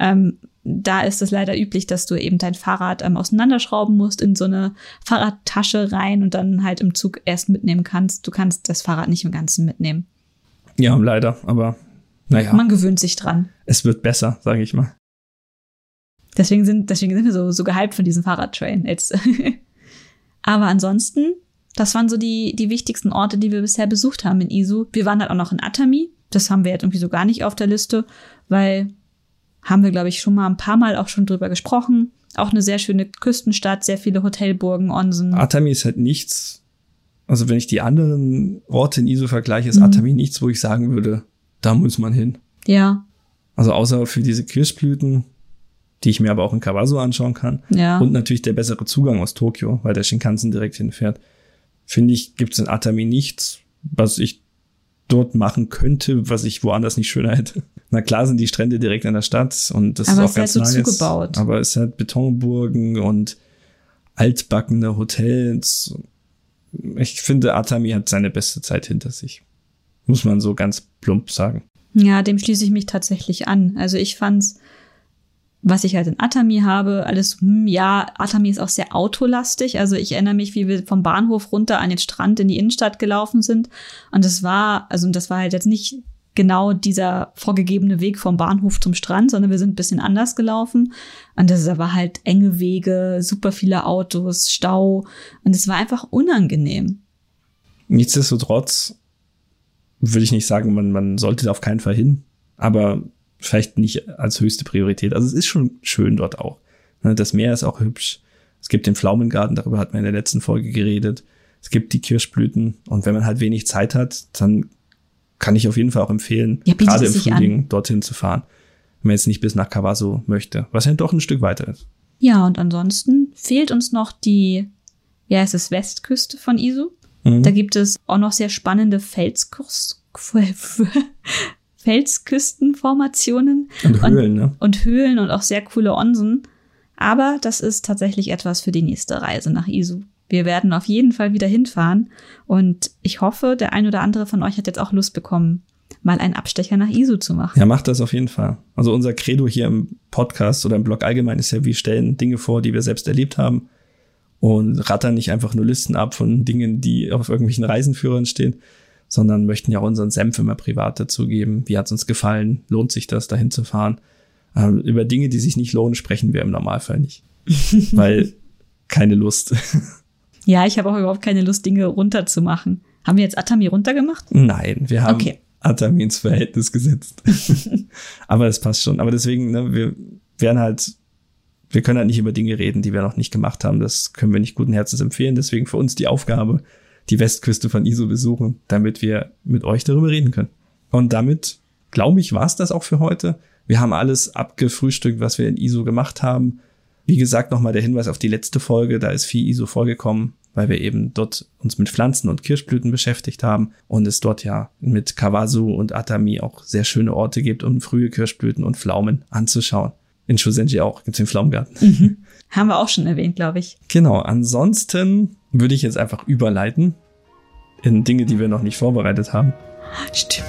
Da ist es leider üblich, dass du eben dein Fahrrad auseinanderschrauben musst, in so eine Fahrradtasche rein und dann halt im Zug erst mitnehmen kannst. Du kannst das Fahrrad nicht im Ganzen mitnehmen. Ja, leider, aber naja. Man gewöhnt sich dran. Es wird besser, sage ich mal. Deswegen sind wir so gehypt von diesem Fahrradtrain jetzt. Aber ansonsten, das waren so die wichtigsten Orte, die wir bisher besucht haben in Izu. Wir waren halt auch noch in Atami. Das haben wir jetzt irgendwie so gar nicht auf der Liste, weil haben wir, glaube ich, schon mal ein paar Mal auch schon drüber gesprochen. Auch eine sehr schöne Küstenstadt, sehr viele Hotelburgen, Onsen. Atami ist halt nichts, also wenn ich die anderen Orte in Izu vergleiche, ist Atami nichts, wo ich sagen würde, da muss man hin. Ja. Also außer für diese Kirschblüten, die ich mir aber auch in Kawazu anschauen kann. Ja. Und natürlich der bessere Zugang aus Tokio, weil der Shinkansen direkt hinfährt. Finde ich, gibt es in Atami nichts, was ich dort machen könnte, was ich woanders nicht schöner hätte. Na klar sind die Strände direkt an der Stadt und das aber ist auch ganz nice. Aber es ist halt so zugebaut. Aber es hat Betonburgen und altbackene Hotels. Ich finde, Atami hat seine beste Zeit hinter sich. Muss man so ganz plump sagen. Ja, dem schließe ich mich tatsächlich an. Also ich fand's, was ich halt in Atami habe, alles, Atami ist auch sehr autolastig. Also ich erinnere mich, wie wir vom Bahnhof runter an den Strand in die Innenstadt gelaufen sind. Und das war halt jetzt nicht genau dieser vorgegebene Weg vom Bahnhof zum Strand, sondern wir sind ein bisschen anders gelaufen. Und das war halt enge Wege, super viele Autos, Stau. Und es war einfach unangenehm. Nichtsdestotrotz würde ich nicht sagen, man sollte da auf keinen Fall hin, aber vielleicht nicht als höchste Priorität. Also es ist schon schön dort auch. Das Meer ist auch hübsch. Es gibt den Pflaumengarten, darüber hat man in der letzten Folge geredet. Es gibt die Kirschblüten. Und wenn man halt wenig Zeit hat, dann kann ich auf jeden Fall auch empfehlen, gerade im Frühling dorthin zu fahren, wenn man jetzt nicht bis nach Kawaso möchte, was ja doch ein Stück weiter ist. Ja, und ansonsten fehlt uns noch die, Westküste von Izu. Da gibt es auch noch sehr spannende Felsküstenformationen. Und Höhlen, ne? Und Höhlen und auch sehr coole Onsen. Aber das ist tatsächlich etwas für die nächste Reise nach Izu. Wir werden auf jeden Fall wieder hinfahren. Und ich hoffe, der ein oder andere von euch hat jetzt auch Lust bekommen, mal einen Abstecher nach Izu zu machen. Ja, macht das auf jeden Fall. Also unser Credo hier im Podcast oder im Blog allgemein ist ja, wir stellen Dinge vor, die wir selbst erlebt haben und rattern nicht einfach nur Listen ab von Dingen, die auf irgendwelchen Reisenführern stehen, sondern möchten ja auch unseren Senf immer privat dazugeben. Wie hat es uns gefallen? Lohnt sich das, dahin zu fahren? Über Dinge, die sich nicht lohnen, sprechen wir im Normalfall nicht. Weil keine Lust. Ja, ich habe auch überhaupt keine Lust, Dinge runterzumachen. Haben wir jetzt Atami runtergemacht? Nein, wir haben Atami ins Verhältnis gesetzt. Aber es passt schon. Aber deswegen, ne, wir können halt nicht über Dinge reden, die wir noch nicht gemacht haben. Das können wir nicht guten Herzens empfehlen. Deswegen für uns die Aufgabe, die Westküste von Izu besuchen, damit wir mit euch darüber reden können. Und damit, glaube ich, war es das auch für heute. Wir haben alles abgefrühstückt, was wir in Izu gemacht haben. Wie gesagt, nochmal der Hinweis auf die letzte Folge. Da ist viel Izu vorgekommen, weil wir eben dort uns mit Pflanzen und Kirschblüten beschäftigt haben und es dort ja mit Kawasu und Atami auch sehr schöne Orte gibt, um frühe Kirschblüten und Pflaumen anzuschauen. In Shusenji auch gibt's den Pflaumengarten. Haben wir auch schon erwähnt, glaube ich. Genau, ansonsten würde ich jetzt einfach überleiten in Dinge, die wir noch nicht vorbereitet haben. Stimmt.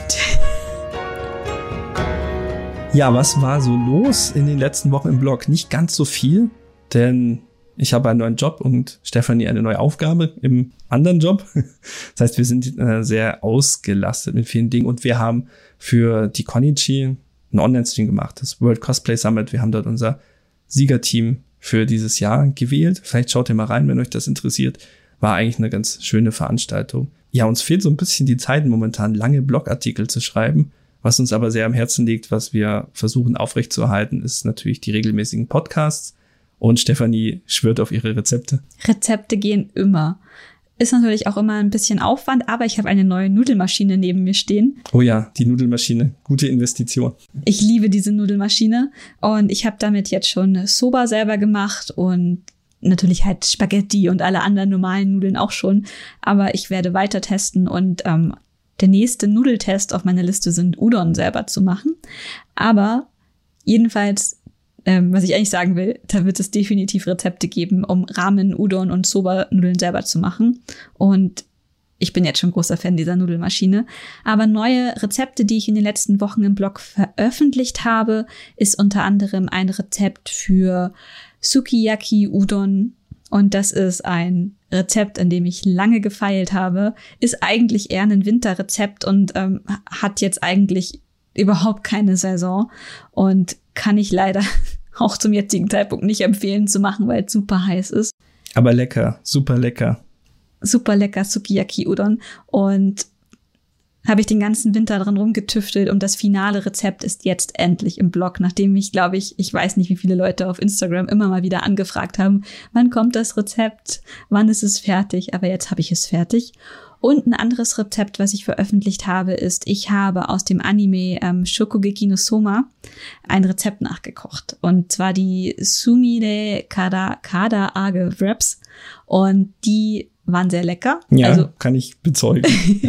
Ja, was war so los in den letzten Wochen im Blog? Nicht ganz so viel, denn ich habe einen neuen Job und Stefanie eine neue Aufgabe im anderen Job. Das heißt, wir sind sehr ausgelastet mit vielen Dingen und wir haben für die Konichi einen Online-Stream gemacht, das World Cosplay Summit. Wir haben dort unser Siegerteam für dieses Jahr gewählt. Vielleicht schaut ihr mal rein, wenn euch das interessiert. War eigentlich eine ganz schöne Veranstaltung. Ja, uns fehlt so ein bisschen die Zeit momentan, lange Blogartikel zu schreiben. Was uns aber sehr am Herzen liegt, was wir versuchen aufrechtzuerhalten, ist natürlich die regelmäßigen Podcasts. Und Stefanie schwört auf ihre Rezepte. Rezepte gehen immer. Ist natürlich auch immer ein bisschen Aufwand, aber ich habe eine neue Nudelmaschine neben mir stehen. Oh ja, die Nudelmaschine. Gute Investition. Ich liebe diese Nudelmaschine und ich habe damit jetzt schon Soba selber gemacht und natürlich halt Spaghetti und alle anderen normalen Nudeln auch schon. Aber ich werde weiter testen und der nächste Nudeltest auf meiner Liste sind Udon selber zu machen. Aber jedenfalls, was ich eigentlich sagen will, da wird es definitiv Rezepte geben, um Ramen, Udon und Soba-Nudeln selber zu machen. Und ich bin jetzt schon großer Fan dieser Nudelmaschine. Aber neue Rezepte, die ich in den letzten Wochen im Blog veröffentlicht habe, ist unter anderem ein Rezept für Sukiyaki Udon. Und das ist ein Rezept, an dem ich lange gefeilt habe. Ist eigentlich eher ein Winterrezept und hat jetzt eigentlich überhaupt keine Saison. Und kann ich leider auch zum jetzigen Zeitpunkt nicht empfehlen zu machen, weil es super heiß ist. Aber lecker, super lecker. Super lecker Sukiyaki Udon. Und habe ich den ganzen Winter dran rumgetüftelt und das finale Rezept ist jetzt endlich im Blog, nachdem ich, glaube ich weiß nicht, wie viele Leute auf Instagram immer mal wieder angefragt haben, wann kommt das Rezept, wann ist es fertig, aber jetzt habe ich es fertig. Und ein anderes Rezept, was ich veröffentlicht habe, ist, ich habe aus dem Anime Shokugeki no Soma ein Rezept nachgekocht. Und zwar die Sumire Kada-Age Wraps. Und die waren sehr lecker. Ja, also, kann ich bezeugen.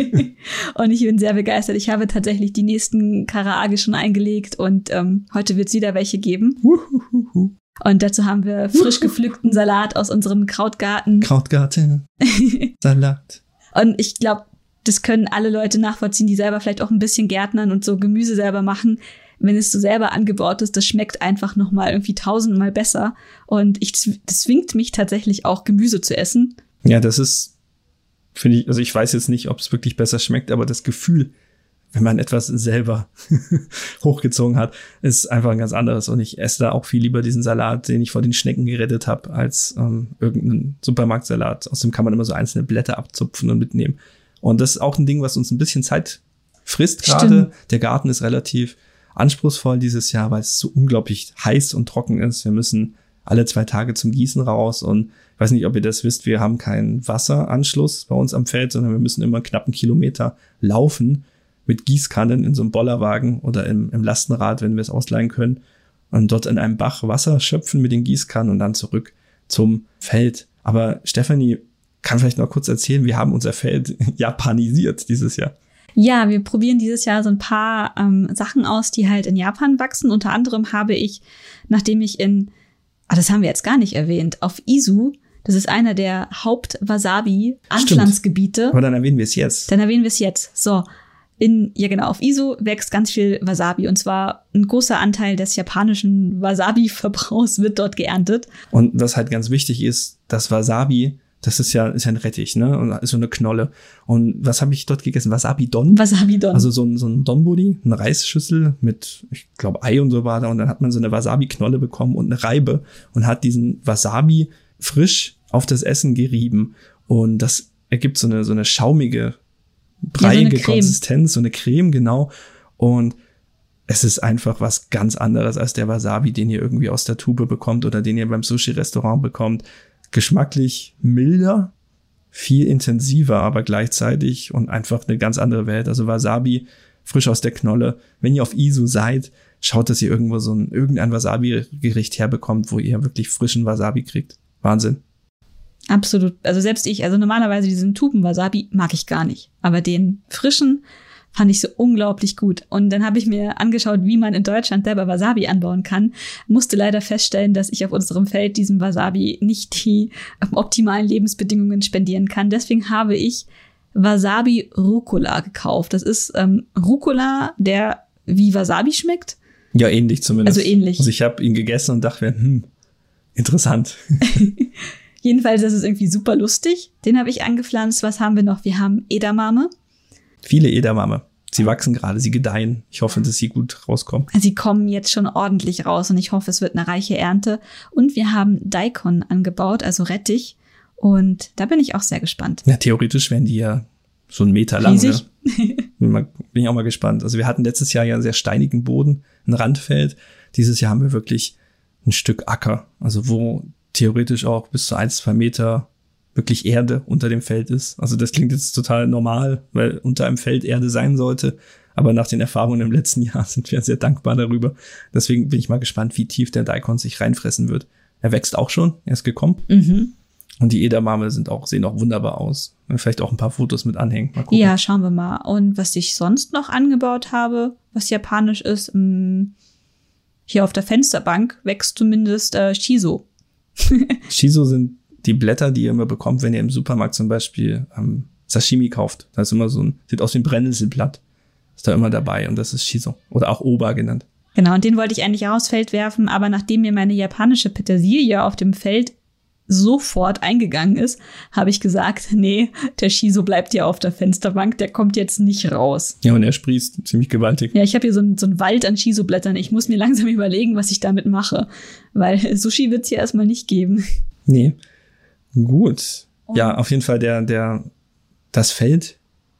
Und ich bin sehr begeistert. Ich habe tatsächlich die nächsten Karaage schon eingelegt und heute wird es wieder welche geben. Und dazu haben wir frisch gepflückten Salat aus unserem Krautgarten. Salat. Und ich glaube, das können alle Leute nachvollziehen, die selber vielleicht auch ein bisschen gärtnern und so Gemüse selber machen. Wenn es so selber angebaut ist, das schmeckt einfach noch mal irgendwie 1000-mal besser. Und das zwingt mich tatsächlich auch, Gemüse zu essen. Ja, das ist, finde ich, also ich weiß jetzt nicht, ob es wirklich besser schmeckt, aber das Gefühl, wenn man etwas selber hochgezogen hat, ist einfach ein ganz anderes. Und ich esse da auch viel lieber diesen Salat, den ich vor den Schnecken gerettet habe, als irgendeinen Supermarktsalat. Außerdem kann man immer so einzelne Blätter abzupfen und mitnehmen. Und das ist auch ein Ding, was uns ein bisschen Zeit frisst gerade. Stimmt. Der Garten ist relativ anspruchsvoll dieses Jahr, weil es so unglaublich heiß und trocken ist. Wir müssen alle 2 Tage zum Gießen raus und ich weiß nicht, ob ihr das wisst, wir haben keinen Wasseranschluss bei uns am Feld, sondern wir müssen immer knapp 1 Kilometer laufen mit Gießkannen in so einem Bollerwagen oder im Lastenrad, wenn wir es ausleihen können, und dort in einem Bach Wasser schöpfen mit den Gießkannen und dann zurück zum Feld. Aber Stefanie kann vielleicht noch kurz erzählen, wir haben unser Feld japanisiert dieses Jahr. Ja, wir probieren dieses Jahr so ein paar Sachen aus, die halt in Japan wachsen. Unter anderem habe ich, nachdem ich das haben wir jetzt gar nicht erwähnt, auf Izu, das ist einer der Haupt-Wasabi-Anpflanzgebiete. Aber dann erwähnen wir es jetzt. So, auf Izu wächst ganz viel Wasabi und zwar ein großer Anteil des japanischen Wasabi-Verbrauchs wird dort geerntet. Und was halt ganz wichtig ist, das Wasabi, das ist ja ein Rettich, ne? Und ist so eine Knolle. Und was habe ich dort gegessen? Wasabi-Don. Wasabi-Don. Also so ein Donburi, eine Reisschüssel mit, ich glaube, Ei und so war da. Und dann hat man so eine Wasabi-Knolle bekommen und eine Reibe und hat diesen Wasabi frisch auf das Essen gerieben. Und das ergibt so eine schaumige, breiige Konsistenz, so eine Creme, genau. Und es ist einfach was ganz anderes als der Wasabi, den ihr irgendwie aus der Tube bekommt oder den ihr beim Sushi-Restaurant bekommt. Geschmacklich milder, viel intensiver, aber gleichzeitig und einfach eine ganz andere Welt. Also Wasabi frisch aus der Knolle. Wenn ihr auf Izu seid, schaut, dass ihr irgendwo irgendein Wasabi-Gericht herbekommt, wo ihr wirklich frischen Wasabi kriegt. Wahnsinn. Absolut. Also selbst normalerweise diesen Tuben-Wasabi mag ich gar nicht. Aber den frischen fand ich so unglaublich gut. Und dann habe ich mir angeschaut, wie man in Deutschland selber Wasabi anbauen kann. Musste leider feststellen, dass ich auf unserem Feld diesem Wasabi nicht die optimalen Lebensbedingungen spendieren kann. Deswegen habe ich Wasabi Rucola gekauft. Das ist Rucola, der wie Wasabi schmeckt. Ja, ähnlich zumindest. Also ähnlich. Also ich habe ihn gegessen und dachte mir, interessant. Jedenfalls, das ist irgendwie super lustig. Den habe ich angepflanzt. Was haben wir noch? Wir haben Edamame. Viele Edamame. Sie wachsen gerade, sie gedeihen. Ich hoffe, dass sie gut rauskommen. Sie kommen jetzt schon ordentlich raus und ich hoffe, es wird eine reiche Ernte. Und wir haben Daikon angebaut, also Rettich. Und da bin ich auch sehr gespannt. Ja, theoretisch wären die ja so 1 Meter lang. Riesig. Ne? Bin ich auch mal gespannt. Also wir hatten letztes Jahr ja einen sehr steinigen Boden, ein Randfeld. Dieses Jahr haben wir wirklich ein Stück Acker. Also wo theoretisch auch bis zu 1-2 Meter wirklich Erde unter dem Feld ist. Also das klingt jetzt total normal, weil unter einem Feld Erde sein sollte. Aber nach den Erfahrungen im letzten Jahr sind wir sehr dankbar darüber. Deswegen bin ich mal gespannt, wie tief der Daikon sich reinfressen wird. Er wächst auch schon, er ist gekommen. Mhm. Und die Edamame sehen auch wunderbar aus. Vielleicht auch ein paar Fotos mit anhängen. Mal gucken. Ja, schauen wir mal. Und was ich sonst noch angebaut habe, was japanisch ist, hier auf der Fensterbank wächst zumindest Shiso. Shiso sind die Blätter, die ihr immer bekommt, wenn ihr im Supermarkt zum Beispiel Sashimi kauft. Da ist immer sieht aus wie ein Brennnesselblatt. Ist da immer dabei und das ist Shiso. Oder auch Oba genannt. Genau, und den wollte ich eigentlich auch aufs Feld werfen, aber nachdem mir meine japanische Petersilie auf dem Feld sofort eingegangen ist, habe ich gesagt, nee, der Shiso bleibt ja auf der Fensterbank, der kommt jetzt nicht raus. Ja, und er sprießt ziemlich gewaltig. Ja, ich habe hier so einen Wald an Shiso-Blättern. Ich muss mir langsam überlegen, was ich damit mache, weil Sushi wird's hier erstmal nicht geben. Nee. Gut. Ja, auf jeden Fall das Feld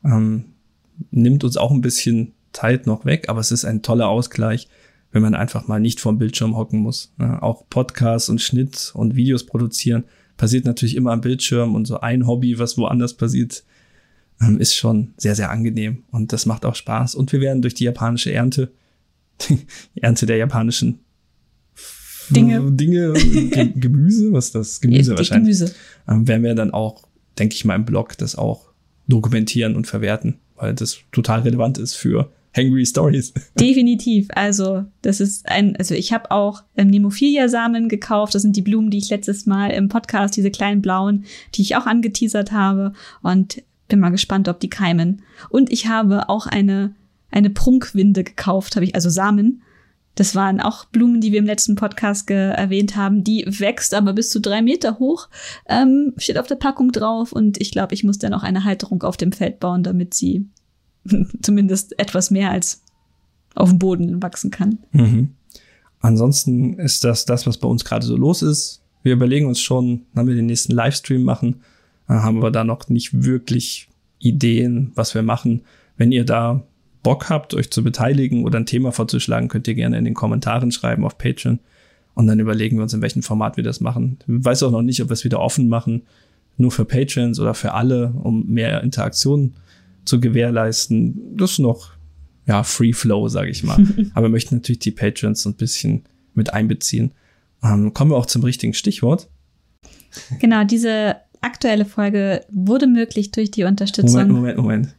nimmt uns auch ein bisschen Zeit noch weg, aber es ist ein toller Ausgleich, wenn man einfach mal nicht vorm Bildschirm hocken muss. Ja, auch Podcasts und Schnitt und Videos produzieren passiert natürlich immer am Bildschirm und so ein Hobby, was woanders passiert, ist schon sehr, sehr angenehm und das macht auch Spaß. Und wir werden durch die japanische Ernte, die Ernte der japanischen Dinge, Gemüse, was ist das? Gemüse wahrscheinlich. Gemüse. Werden wir dann auch, denke ich mal, im Blog das auch dokumentieren und verwerten, weil das total relevant ist für Hangry Stories. Definitiv. Also ich habe auch Nemophilia-Samen gekauft. Das sind die Blumen, die ich letztes Mal im Podcast, diese kleinen blauen, die ich auch angeteasert habe. Und bin mal gespannt, ob die keimen. Und ich habe auch eine Prunkwinde gekauft, also Samen. Das waren auch Blumen, die wir im letzten Podcast erwähnt haben. Die wächst aber bis zu 3 Meter hoch, steht auf der Packung drauf. Und ich glaube, ich muss dann auch eine Halterung auf dem Feld bauen, damit sie zumindest etwas mehr als auf dem Boden wachsen kann. Mhm. Ansonsten ist das, was bei uns gerade so los ist. Wir überlegen uns schon, wann wir den nächsten Livestream machen. Haben wir da noch nicht wirklich Ideen, was wir machen. Wenn ihr da Bock habt, euch zu beteiligen oder ein Thema vorzuschlagen, könnt ihr gerne in den Kommentaren schreiben auf Patreon. Und dann überlegen wir uns, in welchem Format wir das machen. Ich weiß auch noch nicht, ob wir es wieder offen machen, nur für Patrons oder für alle, um mehr Interaktion zu gewährleisten. Das ist noch, Free Flow, sage ich mal. Aber wir möchten natürlich die Patrons so ein bisschen mit einbeziehen. Kommen wir auch zum richtigen Stichwort. Genau, diese aktuelle Folge wurde möglich durch die Unterstützung. Moment.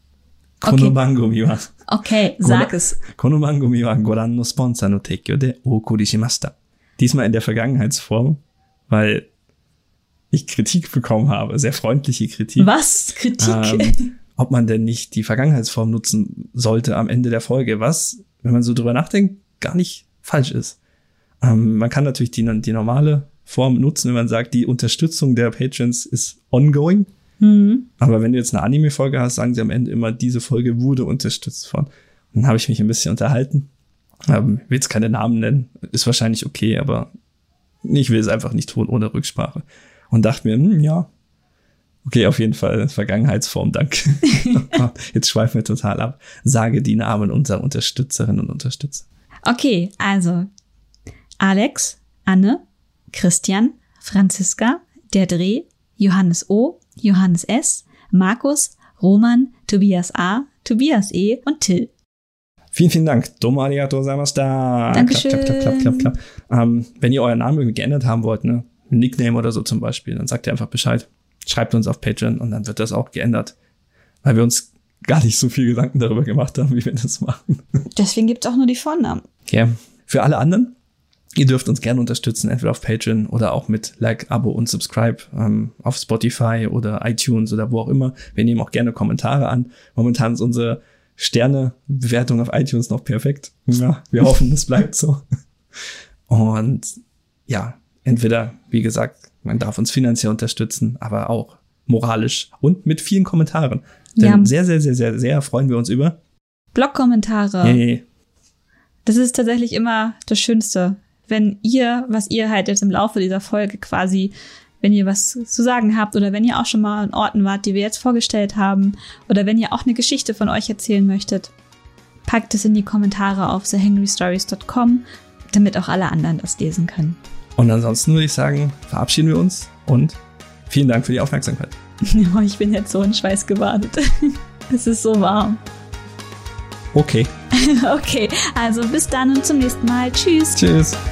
Konobangomi wa. Okay, sag es. Konobangomi wa goran no sponsor no teikyo de ookuri shimashita. Diesmal in der Vergangenheitsform, weil ich Kritik bekommen habe, sehr freundliche Kritik. Was? Kritik? Ob man denn nicht die Vergangenheitsform nutzen sollte am Ende der Folge, was, wenn man so drüber nachdenkt, gar nicht falsch ist. Man kann natürlich die normale Form nutzen, wenn man sagt, die Unterstützung der Patrons ist ongoing. Aber wenn du jetzt eine Anime-Folge hast, sagen sie am Ende immer, diese Folge wurde unterstützt von. Dann habe ich mich ein bisschen unterhalten. Will jetzt keine Namen nennen. Ist wahrscheinlich okay, aber ich will es einfach nicht tun ohne Rücksprache. Und dachte mir, okay, auf jeden Fall Vergangenheitsform, danke. Jetzt schweifen wir total ab. Sage die Namen unserer Unterstützerinnen und Unterstützer. Okay, also Alex, Anne, Christian, Franziska, der Dreh, Johannes O., Johannes S., Markus, Roman, Tobias A., Tobias E. und Till. Vielen Dank. Domo arigatou gozaimashita. Dankeschön. Klapp. Wenn ihr euren Namen irgendwie geändert haben wollt, ne, Nickname oder so zum Beispiel, dann sagt ihr einfach Bescheid. Schreibt uns auf Patreon und dann wird das auch geändert. Weil wir uns gar nicht so viel Gedanken darüber gemacht haben, wie wir das machen. Deswegen gibt es auch nur die Vornamen. Ja. Für alle anderen, ihr dürft uns gerne unterstützen, entweder auf Patreon oder auch mit Like, Abo und Subscribe auf Spotify oder iTunes oder wo auch immer. Wir nehmen auch gerne Kommentare an. Momentan ist unsere Sternebewertung auf iTunes noch perfekt. Ja, wir hoffen, es bleibt so. Und ja, entweder, wie gesagt, man darf uns finanziell unterstützen, aber auch moralisch und mit vielen Kommentaren. Denn sehr, sehr, sehr, sehr, sehr freuen wir uns über Blog-Kommentare. Hey. Das ist tatsächlich immer das Schönste. Wenn ihr, was ihr halt jetzt im Laufe dieser Folge quasi, wenn ihr was zu sagen habt oder wenn ihr auch schon mal an Orten wart, die wir jetzt vorgestellt haben oder wenn ihr auch eine Geschichte von euch erzählen möchtet, packt es in die Kommentare auf thehangrystories.com, damit auch alle anderen das lesen können. Und ansonsten würde ich sagen, verabschieden wir uns und vielen Dank für die Aufmerksamkeit. Ich bin jetzt so in Schweiß gebadet. Es ist so warm. Okay. Okay, also bis dann und zum nächsten Mal. Tschüss. Tschüss.